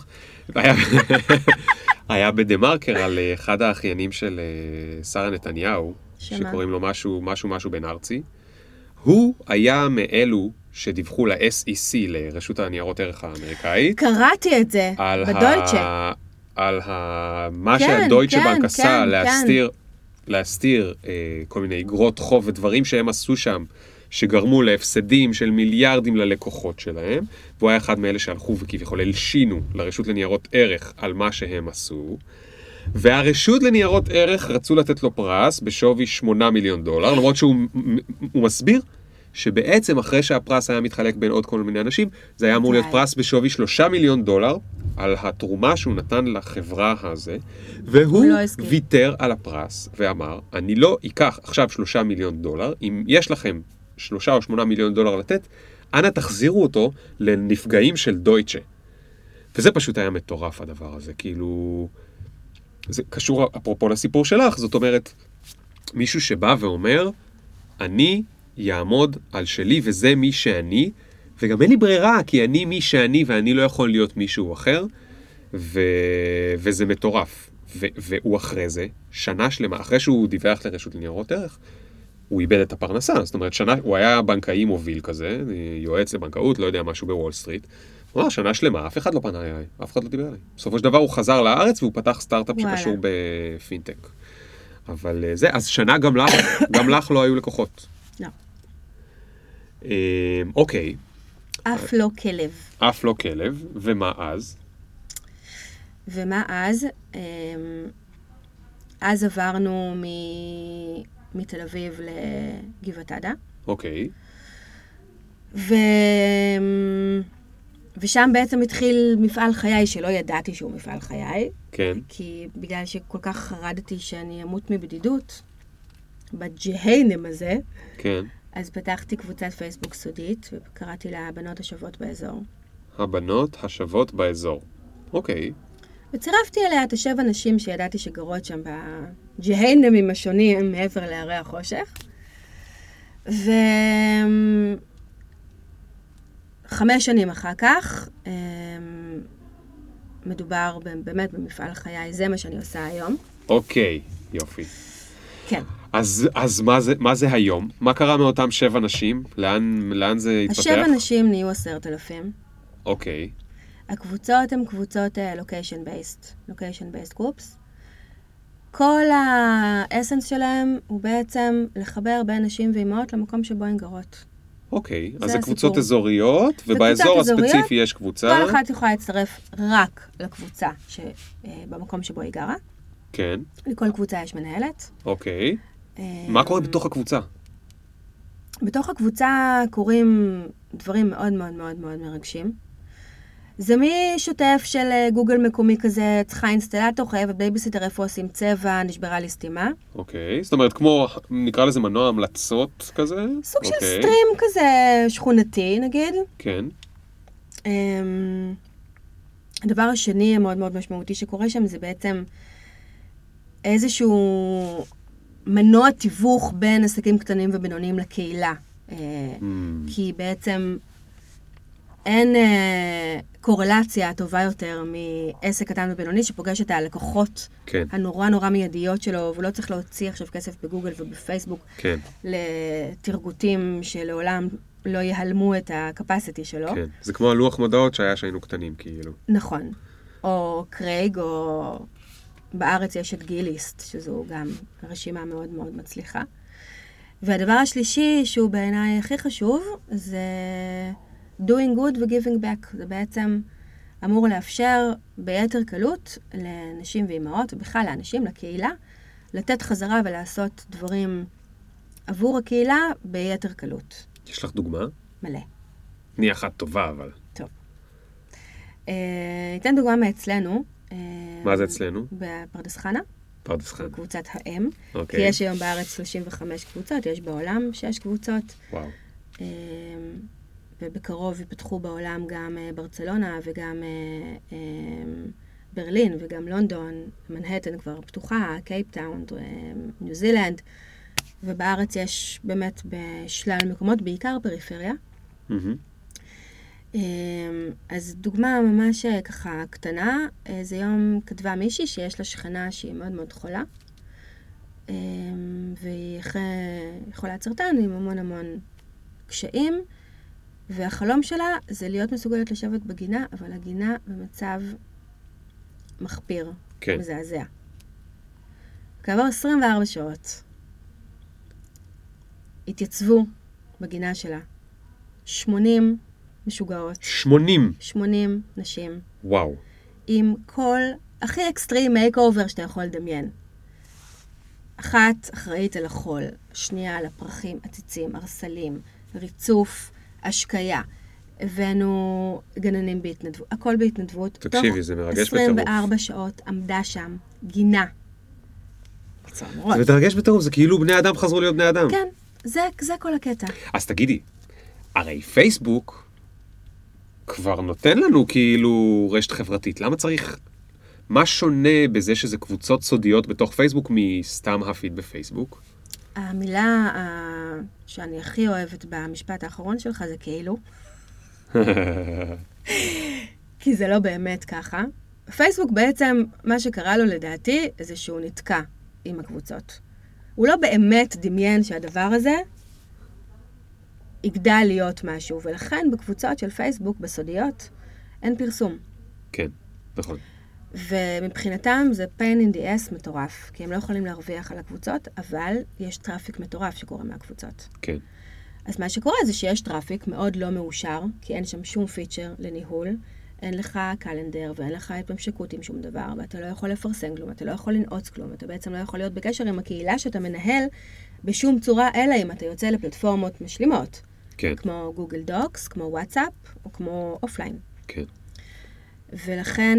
היה בדה-מרקר על אחד האחיינים של שרה נתניהו, שקוראים לו משהו בן ארצי. הוא היה מאלו שדיווחו ל-SEC, לרשות הניירות ערך האמריקאית. קראתי את זה, בדויטשה. על מה שהדויטשה בנק עשה, להסתיר כל מיני אגרות חוב ודברים שהם עשו שם, שגרמו להפסדים של מיליארדים ללקוחות שלהם, והוא היה אחד מאלה שהלכו וכביכול הלשינו לרשות לניירות ערך על מה שהם עשו, והרשות לניירות ערך רצו לתת לו פרס בשווי $8 מיליון, למרות שהוא מסביר שבעצם אחרי שהפרס היה מתחלק בין עוד כל מיני אנשים, זה היה אמור להיות פרס בשווי $3 מיליון על התרומה שהוא נתן לחברה הזה, והוא ויתר על הפרס ואמר, אני לא אקח עכשיו $3 מיליון, אם יש לכם 3 או 8 מיליון דולר לתת, אנא תחזירו אותו לנפגעים של דויטשה. וזה פשוט היה מטורף הדבר הזה, כאילו, זה קשור אפרופו לסיפור שלך, זאת אומרת, מישהו שבא ואומר, אני יעמוד על שלי וזה מי שאני, וגם אין לי ברירה, כי אני מי שאני ואני לא יכול להיות מישהו אחר, וזה מטורף. והוא אחרי זה, שנה שלמה, אחרי שהוא דיווח לרשות לניירות ערך, הוא איבד את הפרנסה, זאת אומרת, הוא היה בנקאי מוביל כזה, יועץ לבנקאות, לא יודע, משהו בוול סטריט. הוא אמר, שנה שלמה, אף אחד לא פנה אליי, אף אחד לא דיבר אליי. בסופו של דבר הוא חזר לארץ והוא פתח סטארט-אפ שקשור בפינטק. אבל זה, אז שנה גם לך לא היו לקוחות. לא. אוקיי. אף לא כלב. אף לא כלב, ומה אז? ומה אז? אז עברנו מתל אביב לגבעת עדה. אוקיי. ושם בעצם התחיל מפעל חיי, שלא ידעתי שהוא מפעל חיי. כן. כי בגלל שכל כך חרדתי שאני אמות מבדידות, בג'הנם הזה, כן. אז פתחתי קבוצת פייסבוק סודית, וקראתי לה הבנות השוות באזור. הבנות השוות באזור. אוקיי. וצירפתי אליה את 7 נשים שידעתי שגרות שם בג'הנמים השונים מעבר להרי החושך. 5 שנים אחר כך, מדובר באמת במפעל חיי, זה מה שאני עושה היום. אוקיי, יופי. כן. אז מה זה היום? מה קרה מאותם 7 נשים? לאן זה התפתח? 7 נשים נהיו 10,000. אוקיי. הקבוצות הן קבוצות location based groups. כל האסנס שלהם הוא בעצם לחבר בין נשים ואימהות למקום שבו הן גרות. אוקיי, אז זה קבוצות אזוריות, ובאזור הספציפי יש קבוצה. כל אחת יכולה להצטרף רק לקבוצה במקום שבו היא גרה. כן. לכל קבוצה יש מנהלת. אוקיי. מה קורה בתוך הקבוצה? בתוך הקבוצה קורים דברים מאוד מאוד מאוד מאוד מרגשים. זה משוטף של גוגל מקומי כזה, צריכה אינסטלטור, חייבת בייביסיטר, איפה עושים צבע, נשברה לי סתימה. אוקיי, זאת אומרת, כמו, נקרא לזה מנוע המלצות כזה? סוג של סטרים כזה שכונתי, נגיד. כן. הדבר השני המאוד מאוד משמעותי שקורה שם, זה בעצם איזשהו מנוע תיווך בין עסקים קטנים ובינוניים לקהילה. כי בעצם אין קורלציה טובה יותר מעסק קטן ובינוני שפוגש את הלקוחות הנורא נורא מיידיות שלו, והוא לא צריך להוציא עכשיו כסף בגוגל ובפייסבוק לתרגותים שלעולם לא יהלמו את הקפסיטי שלו. כן, זה כמו הלוח מודעות שהיה שהיינו קטנים כאילו. נכון. או קרייג או בארץ יש את גיליסט, שזו גם רשימה מאוד מאוד מצליחה. והדבר השלישי, שהוא בעיניי הכי חשוב, זה doing good ו-giving back. זה בעצם אמור לאפשר ביתר קלות לנשים ואימהות, ובכלל לאנשים, לקהילה, לתת חזרה ולעשות דברים עבור הקהילה ביתר קלות. יש לך דוגמה? מלא. אני אחת טובה, אבל. טוב. ניתן דוגמה מאצלנו. מה זה אצלנו? בפרדס חנה. פרדס חנה. בקבוצת האם. אוקיי. כי יש היום בארץ 35 קבוצות, יש בעולם 6 קבוצות. וואו. ובקרוב יפתחו בעולם גם ברצלונה וגם ברלין וגם לונדון, מנהטן כבר פתוחה, קייפטאון, ניו זילנד, ובארץ יש באמת בשלל מקומות, בעיקר פריפריה. אז דוגמה ממש ככה קטנה, זה יום כתבה מישהי שיש לה שכנה שהיא מאוד מאוד חולה, והיא חולת סרטן עם המון המון קשיים, והחלום שלה זה להיות מסוגלת לשבת בגינה, אבל הגינה במצב מחפיר, כן. מזעזע. כעבור 24 שעות התייצבו בגינה שלה 80 משוגעות. 80 נשים. וואו. עם כל הכי אקסטרים מייק-אובר שאתה יכול לדמיין. אחת אחראית על החול, שנייה על הפרחים, עציצים, ארסלים, ריצוף, השקיה. הבאנו גננים בהתנדבות, הכל בהתנדבות. תקשיבי, זה מרגש בטירוף. 24 שעות עמדה שם גינה. זה מתרגש בטירוף, זה כאילו בני אדם חזרו להיות בני אדם. כן, זה כל הקטע. אז תגידי, הרי פייסבוק כבר נותן לנו כאילו רשת חברתית. למה צריך... מה שונה בזה שזה קבוצות סודיות בתוך פייסבוק מסתם הפיד בפייסבוק? המילה שאני הכי אוהבת במשפט האחרון שלך זה כאילו. כי זה לא באמת ככה. פייסבוק בעצם, מה שקרה לו לדעתי, זה שהוא נתקע עם הקבוצות. הוא לא באמת דמיין שהדבר הזה יגדל להיות משהו, ולכן בקבוצות של פייסבוק בסודיות אין פרסום. כן, נכון. ומבחינתם זה pain in the ass מטורף, כי הם לא יכולים להרוויח על הקבוצות, אבל יש טראפיק מטורף שקורה מהקבוצות. כן. אז מה שקורה זה שיש טראפיק מאוד לא מאושר, כי אין שם שום פיצ'ר לניהול, אין לך קלנדר ואין לך התממשקות עם שום דבר, ואתה לא יכול לפרסם כלום, אתה לא יכול לנעוץ כלום, אתה בעצם לא יכול להיות בקשר עם הקהילה שאתה מנהל בשום צורה, אלא אם אתה יוצא לפלטפורמות משלימות. כן. כמו גוגל דוקס, כמו וואטסאפ, או כמו אופליין. כן. ולכן,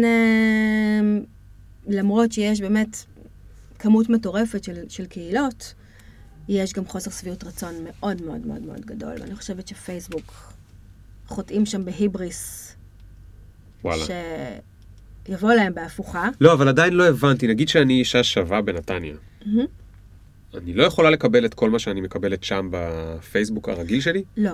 למרות שיש באמת כמות מטורפת של קהילות, יש גם חוסר שביעות רצון מאוד מאוד מאוד מאוד גדול, ואני חושבת שפייסבוק חוטאים שם בהיבריס, וואלה. שיבוא להם בהפוכה. לא, אבל עדיין לא הבנתי. נגיד שאני אישה שווה בנתניה. אני לא יכולה לקבל את כל מה שאני מקבלת שם בפייסבוק הרגיל שלי? לא,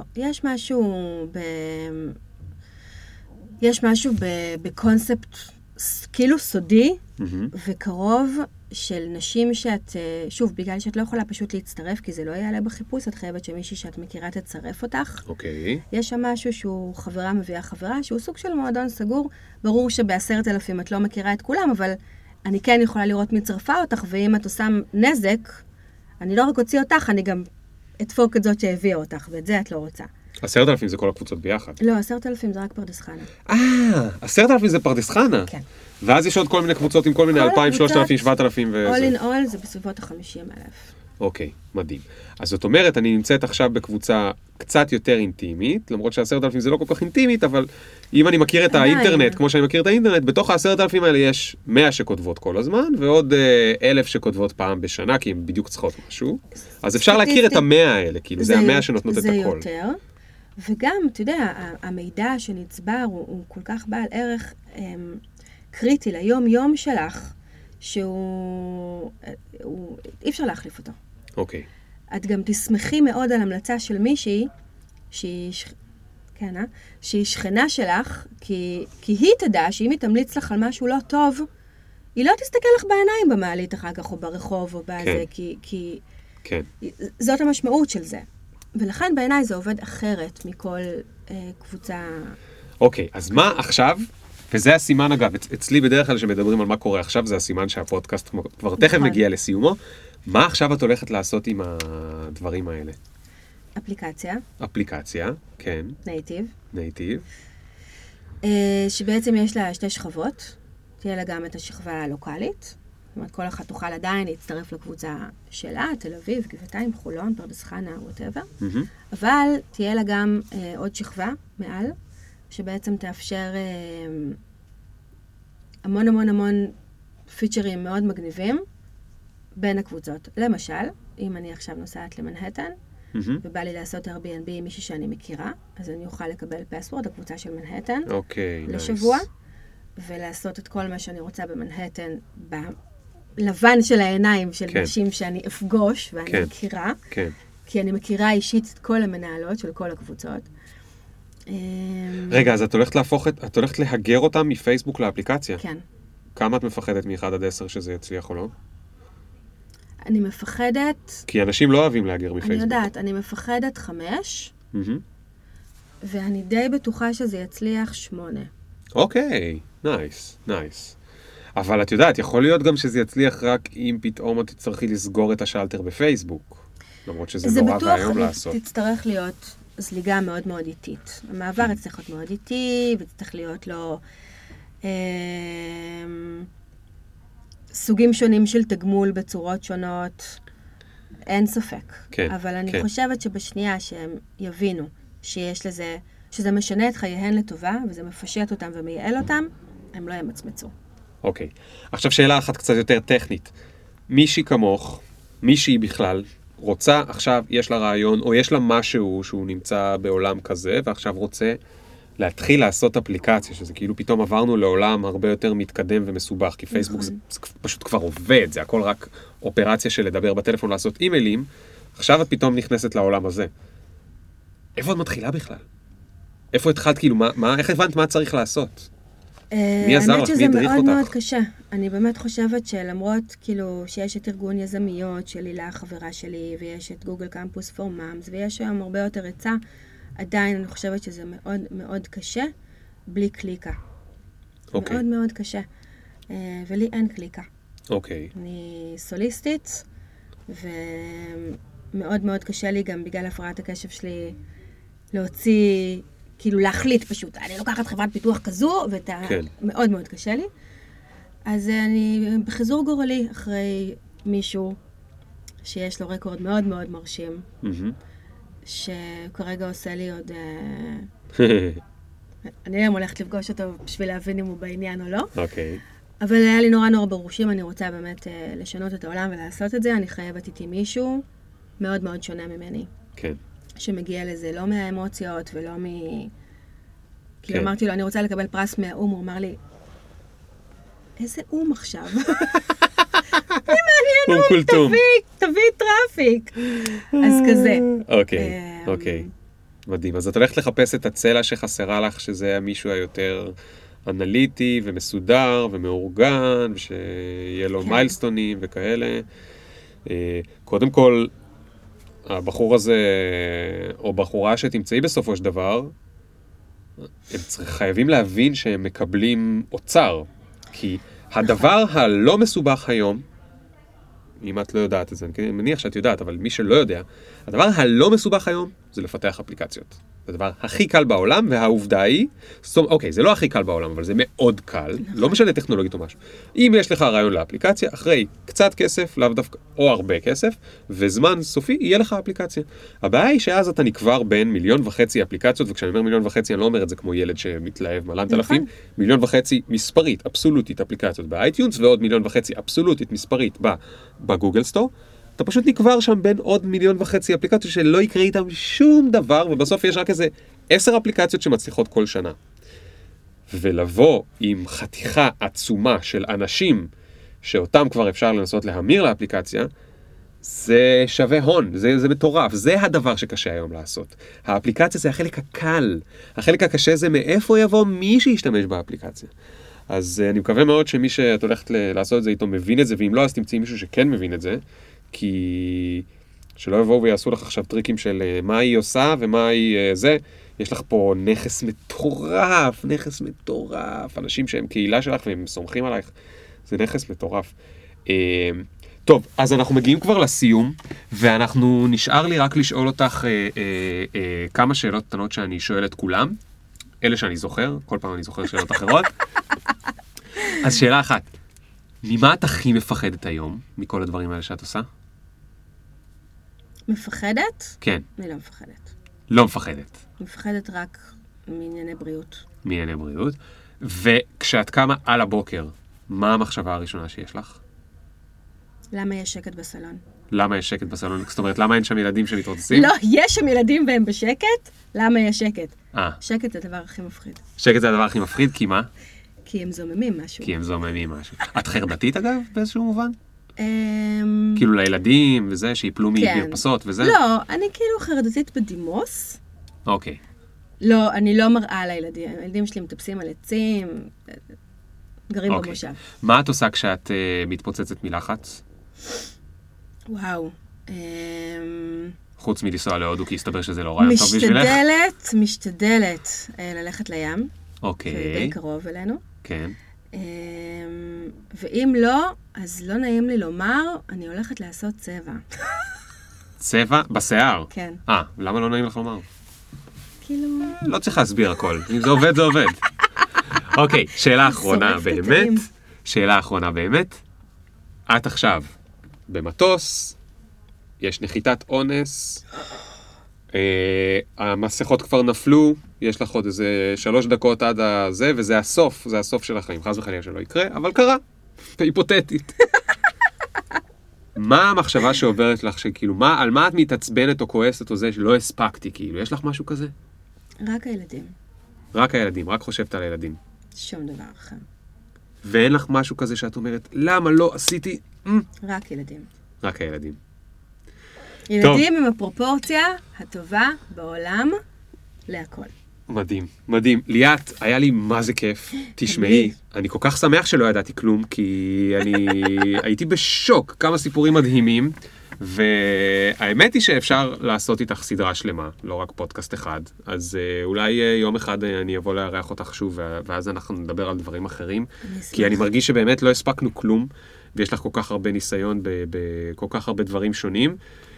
יש משהו בקונספט כאילו סודי וקרוב של נשים שאת, שוב, בגלל שאת לא יכולה פשוט להצטרף, כי זה לא יעלה בחיפוש, את חייבת שמישהי שאת מכירה תצרף אותך. אוקיי. יש שם משהו שהוא חברה מביאה חברה, שהוא סוג של מועדון סגור. ברור שב10,000 את לא מכירה את כולם, אבל אני כן יכולה לראות מי צרפה אותך, ואם את עושה נזק, אני לא רק אוציא אותך, אני גם אדפוק את זאת שהביאה אותך, ואת זה את לא רוצה. 10,000 זה כל הקבוצות ביחד. לא, 10,000 זה רק פרדס חנה. 10,000 זה פרדס חנה? כן. ואז יש עוד כל מיני קבוצות עם כל מיני 2,000, 3,000, 7,000 וזה. all in all זה בסביבות ה-50,000. אוקיי, מדהים. אז זאת אומרת, אני נמצאת עכשיו בקבוצה קצת יותר אינטימית, למרות ש10,000 זה לא כל כך אינטימית, אבל אם אני מכיר את האינטרנט, כמו שאני מכיר את האינטרנט, בתוך ה10,000 האלה יש 100 שכותבות כל הזמן, ועוד 1,000 שכותבות פעם בשנה, כי הן בדיוק צריכות משהו. אז אפשר להכיר את 100 האלה, כאילו זה 100 שנותנות את הכל. זה יותר, וגם, אתה יודע, המידע שנצבר הוא כל כך בעל ערך קריטי ליום-יום שלך, שהוא אי אפשר להחליף אותו. אוקיי. את גם תשמחי מאוד על המלצה של מישהי, שהיא שכנה שלך, כי היא תדע שאם היא תמליץ לך על משהו לא טוב, היא לא תסתכל לך בעיניים במעלית אחר כך, או ברחוב, או בזה, כי זאת המשמעות של זה. ולכן בעיניי זה עובד אחרת מכל קבוצה. אוקיי, אז מה עכשיו? וזה הסימן, אגב, אצלי בדרך כלל שמדברים על מה קורה עכשיו, זה הסימן שהפודקאסט כבר תכף מגיע לסיומו. מה עכשיו את הולכת לעשות עם הדברים האלה? אפליקציה, כן. נייטיב. שבעצם יש לה 2 שכבות. תהיה לה גם את השכבה הלוקלית. זאת אומרת, כל אחת תוכל עדיין להצטרף לקבוצה שלה, תל אביב, גבעתיים, חולון, פרדס חנה, whatever. אבל תהיה לה גם עוד שכבה מעל, שבעצם תאפשר המון פיצ'רים מאוד מגניבים בין הקבוצות. למשל, אם אני עכשיו נוסעת למנהטן, ובא לי לעשות Airbnb עם מישהי שאני מכירה, אז אני אוכל לקבל פסוורד לקבוצה של מנהטן לשבוע, ולעשות את כל מה שאני רוצה במנהטן בלבן של העיניים של נשים שאני אפגוש ואני מכירה, כי אני מכירה אישית את כל המנהלות של כל הקבוצות. רגע, אז את הולכת להגר אותם מפייסבוק לאפליקציה? כן. כמה את מפחדת מ-1 עד 10 שזה יצליח או לא? אני מפחדת... כי אנשים לא אוהבים להגר מפייסבוק. אני יודעת, אני מפחדת 5, ואני די בטוחה שזה יצליח 8. אוקיי, נייס. אבל את יודעת, יכול להיות גם שזה יצליח רק אם פתאום את תצטרכי לסגור את השלטר בפייסבוק. למרות שזה נורא והיום לעשות. זה בטוח תצטרך להיות זליגה מאוד מאוד איטית. המעבר יצטרך להיות מאוד איטי, וצריך להיות לו סוגים שונים של תגמול בצורות שונות. אין ספק. כן, אבל אני חושבת שבשנייה שהם יבינו שיש לזה, שזה משנה את חייהן לטובה, וזה מפשט אותם ומייעל אותם, הם לא ימצמצו. אוקיי. עכשיו שאלה אחת קצת יותר טכנית. מישהי כמוך, מישהי בכלל, רוצה, עכשיו יש לה רעיון, או יש לה משהו שהוא נמצא בעולם כזה, ועכשיו רוצה להתחיל לעשות אפליקציה, שזה כאילו פתאום עברנו לעולם הרבה יותר מתקדם ומסובך, כי פייסבוק זה פשוט כבר עובד, זה הכל רק אופרציה של לדבר בטלפון, לעשות אימיילים, עכשיו את פתאום נכנסת לעולם הזה. איפה את מתחילה בכלל? איפה התחלת, כאילו, איך הבנת מה צריך לעשות? מי עזר לך? מי הדריך אותך? האמת שזה מאוד מאוד קשה. אני באמת חושבת שלמרות, כאילו, שיש את ארגון יזמיות של הילה, חברה שלי, ויש את גוגל קמפוס פור מאמס, ויש היום הרבה יותר היצע, עדיין אני חושבת שזה מאוד מאוד קשה, בלי קליקה. אוקיי. מאוד מאוד קשה. ולי אין קליקה. אוקיי. אני סוליסטית, ומאוד מאוד קשה לי גם בגלל הפרעת הקשב שלי להוציא, כאילו להחליט פשוט. אני לוקחת חברת פיתוח כזו, מאוד מאוד קשה לי. אז אני בחיזור גורלי אחרי מישהו שיש לו רקורד מאוד מאוד מרשים, שכרגע עושה לי עוד... אני היום הולכת לפגוש אותו בשביל להבין אם הוא בעניין או לא. אוקיי. אבל היה לי נורא נורא ברור שאם אני רוצה באמת לשנות את העולם ולעשות את זה, אני חייבת איתי מישהו מאוד מאוד שונה ממני. כן. שמגיע לזה לא מהאמוציות ולא כאילו אמרתי לו, אני רוצה לקבל פרס מהאום, הוא אמר לי, איזה אום עכשיו? מי מעניין אום? תביא טראפיק. אז כזה. אוקיי. מדהים. אז את הולכת לחפש את הצלע שחסרה לך, שזה המישהו היותר אנליטי ומסודר ומאורגן, ושיהיה לו מיילסטונים וכאלה. קודם כל, הבחור הזה, או בחורה שתמצאי בסופו של דבר, הם חייבים להבין שהם מקבלים אוצר. כי הדבר הלא מסובך היום, אם את לא יודעת את זה, אני מניח שאת יודעת, אבל מי שלא יודע, הדבר הלא מסובך היום זה לפתח אפליקציות. זה הדבר הכי קל בעולם, והעובדה היא, אוקיי, זה לא הכי קל בעולם, אבל זה מאוד קל, לא משנה טכנולוגית או משהו. אם יש לך רעיון לאפליקציה, אחרי קצת כסף, לאו דווקא, או הרבה כסף, וזמן סופי, יהיה לך אפליקציה. הבעיה היא שאז אתה נקבר בין 1.5 מיליון אפליקציות, וכשאני אומר 1.5 מיליון, אני לא אומר את זה כמו ילד שמתלהב מלנת אלפים, 1.5 מיליון מספרית, אבסולוטית אפליקציות באייטיונס, ועוד 1.5 מיליון אבסולוטית מספרית בגוגל סטור. אתה פשוט נקבר שם בין עוד 1.5 מיליון אפליקציות שלא יקרה איתם שום דבר, ובסוף יש רק איזה 10 אפליקציות שמצליחות כל שנה. ולבוא עם חתיכה עצומה של אנשים שאותם כבר אפשר לנסות להמיר לאפליקציה, זה שווה הון, זה מטורף, זה הדבר שקשה היום לעשות. האפליקציה זה החלק הקל, החלק הקשה זה מאיפה יבוא מי שישתמש באפליקציה. אז אני מקווה מאוד שמי שאת הולכת לעשות את זה איתו מבין את זה, ואם לא אז תמצאי מישהו שכן מבין את זה, כי שלא יבואו ויעשו לך עכשיו טריקים של מה היא עושה ומה היא זה. יש לך פה נכס מטורף, אנשים שהם קהילה שלך והם סומכים עלייך, זה נכס מטורף. טוב, אז אנחנו מגיעים כבר לסיום, ואנחנו נשאר לי רק לשאול אותך כמה שאלות קטנות שאני שואל את כולם, אלה שאני זוכר, כל פעם אני זוכר שאלות אחרות. אז שאלה אחת, ממה את הכי מפחדת היום, מכל הדברים האלה שאת עושה? מפחדת? כן. אני לא מפחדת. לא מפחדת. מפחדת רק מענייני בריאות. מענייני בריאות. וכשאת קמה על הבוקר, מה המחשבה הראשונה שיש לך? למה יש שקט בסלון? למה יש שקט בסלון? זאת אומרת, למה אין שם ילדים שמתרוצצים? לא, יש שם ילדים והם בשקט, למה יש שקט? שקט זה הדבר הכי מפחיד. שקט זה הדבר הכי מפחיד, כי מה? כי הם זוממים משהו. את חרדתית אגב, באיזשהו מובן? כאילו לילדים וזה, שיפלו מפרפסות וזה? לא, אני כאילו חרדתית בדימוס. אוקיי. לא, אני לא מראה לילדים. הילדים שלי מטפסים על עצים, גרים במושב. מה את עושה כשאת מתפוצצת מלחץ? וואו. חוץ מלנסוע להודו, כי הסתבר שזה לא רעיון טוב בשבילך? משתדלת ללכת לים. אוקיי. זה די קרוב אלינו. כן. ואם לא, אז לא נעים לי לומר, אני הולכת לעשות צבע. צבע? בשיער? כן. למה לא נעים לך לומר? כאילו... לא צריך להסביר הכל. אם זה עובד, זה עובד. אוקיי, שאלה אחרונה באמת. את עכשיו במטוס, יש נחיתת אונס, המסכות כבר נפלו, יש לך עוד איזה 3 דקות עד הזה, וזה הסוף, זה הסוף של החיים. חס וחלילה שלא יקרה, אבל קרה. היפותטית. מה המחשבה שעוברת לך, שכאילו, על מה את מתעצבנת או כועסת או זה שלא הספקתי, כאילו, יש לך משהו כזה? רק הילדים. רק הילדים, רק חושבת על הילדים. שום דבר אחר. ואין לך משהו כזה שאת אומרת, למה לא עשיתי? רק ילדים. רק הילדים. ילדים עם הפרופורציה הטובה בעולם להכל. מדהים, מדהים. ליאת, היה לי מה זה כיף. תשמעי, אני כל כך שמח שלא ידעתי כלום, כי אני הייתי בשוק, כמה סיפורים מדהימים, והאמת היא שאפשר לעשות איתך סדרה שלמה, לא רק פודקאסט אחד, אז אולי יום אחד אני אבוא לארח אותך שוב, ואז אנחנו נדבר על דברים אחרים, כי אני מרגיש שבאמת לא הספקנו כלום, ויש לך כל כך הרבה ניסיון בכל כך הרבה דברים שונים.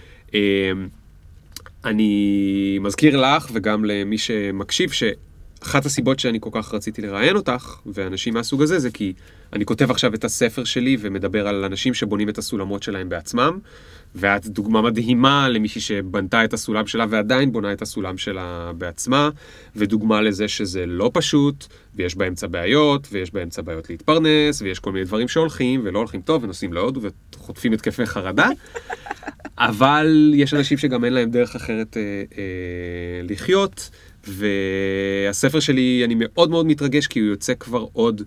אני מזכיר לך וגם למי שמקשיב שאחת הסיבות שאני כל כך רציתי לראיין אותך ואנשים מהסוג הזה זה כי אני כותב עכשיו את הספר שלי ומדבר על אנשים שבונים את הסולמות שלהם בעצמם, ואת דוגמה מדהימה למישהי שבנתה את הסולם שלה ועדיין בונה את הסולם שלה בעצמה, ודוגמה לזה שזה לא פשוט, ויש באמצע בעיות, ויש באמצע בעיות להתפרנס, ויש כל מיני דברים שהולכים ולא הולכים טוב ונוסעים להודו וחוטפים התקפי חרדה, אבל יש אנשים שגם אין להם דרך אחרת לחיות, והספר שלי אני מאוד מאוד מתרגש כי הוא יוצא כבר עוד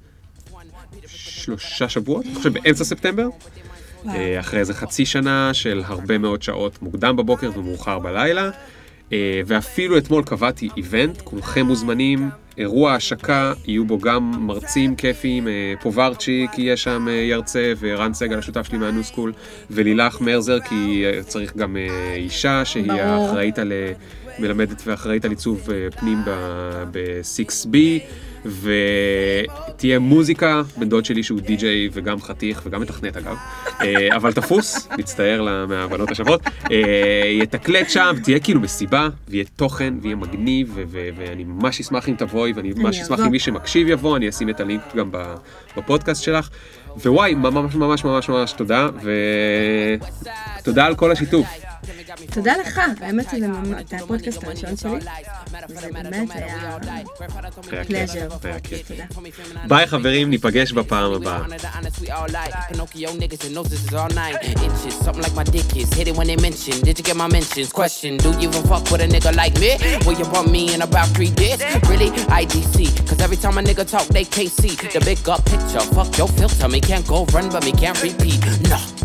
3 שבועות, אני חושב באמצע ספטמבר, אחרי איזה חצי שנה של הרבה מאוד שעות מוקדם בבוקר ומאוחר בלילה, ואפילו אתמול קבעתי איבנט, כולכם מוזמנים, אירוע השקה, יהיו בו גם מרצים כיפים, פוברצ'יק יהיה שם ירצה, ורן סגל השותף שלי מהניו סקול, ולילך מרזר, כי צריך גם אישה שהיא האחראית על, מלמדת ואחראית על עיצוב פנים ב-6B, ותהיה מוזיקה, בן דוד שלי שהוא די-ג'יי וגם חתיך וגם מתכנת אגב, אבל תפוס, מצטער מהבנות השוות, יתקלט שם, תהיה כאילו מסיבה, ויהיה תוכן, ויהיה מגניב, ואני ממש אשמח אם תבואי, ואני ממש אשמח אם מי שמקשיב יבוא, אני אשים את הלינק גם בפודקאסט שלך, ווואי, ממש ממש ממש ממש תודה, ותודה על כל השיתוף. תודה לך, האמת שזה הפודקאסט הראשון שלי, וזה באמת היה פלז'ר. ביי חברים, ניפגש בפעם הבאה. Cause every time a nigga talk they can't see the big up picture. Fuck your filter, me can't go run but me can't repeat. No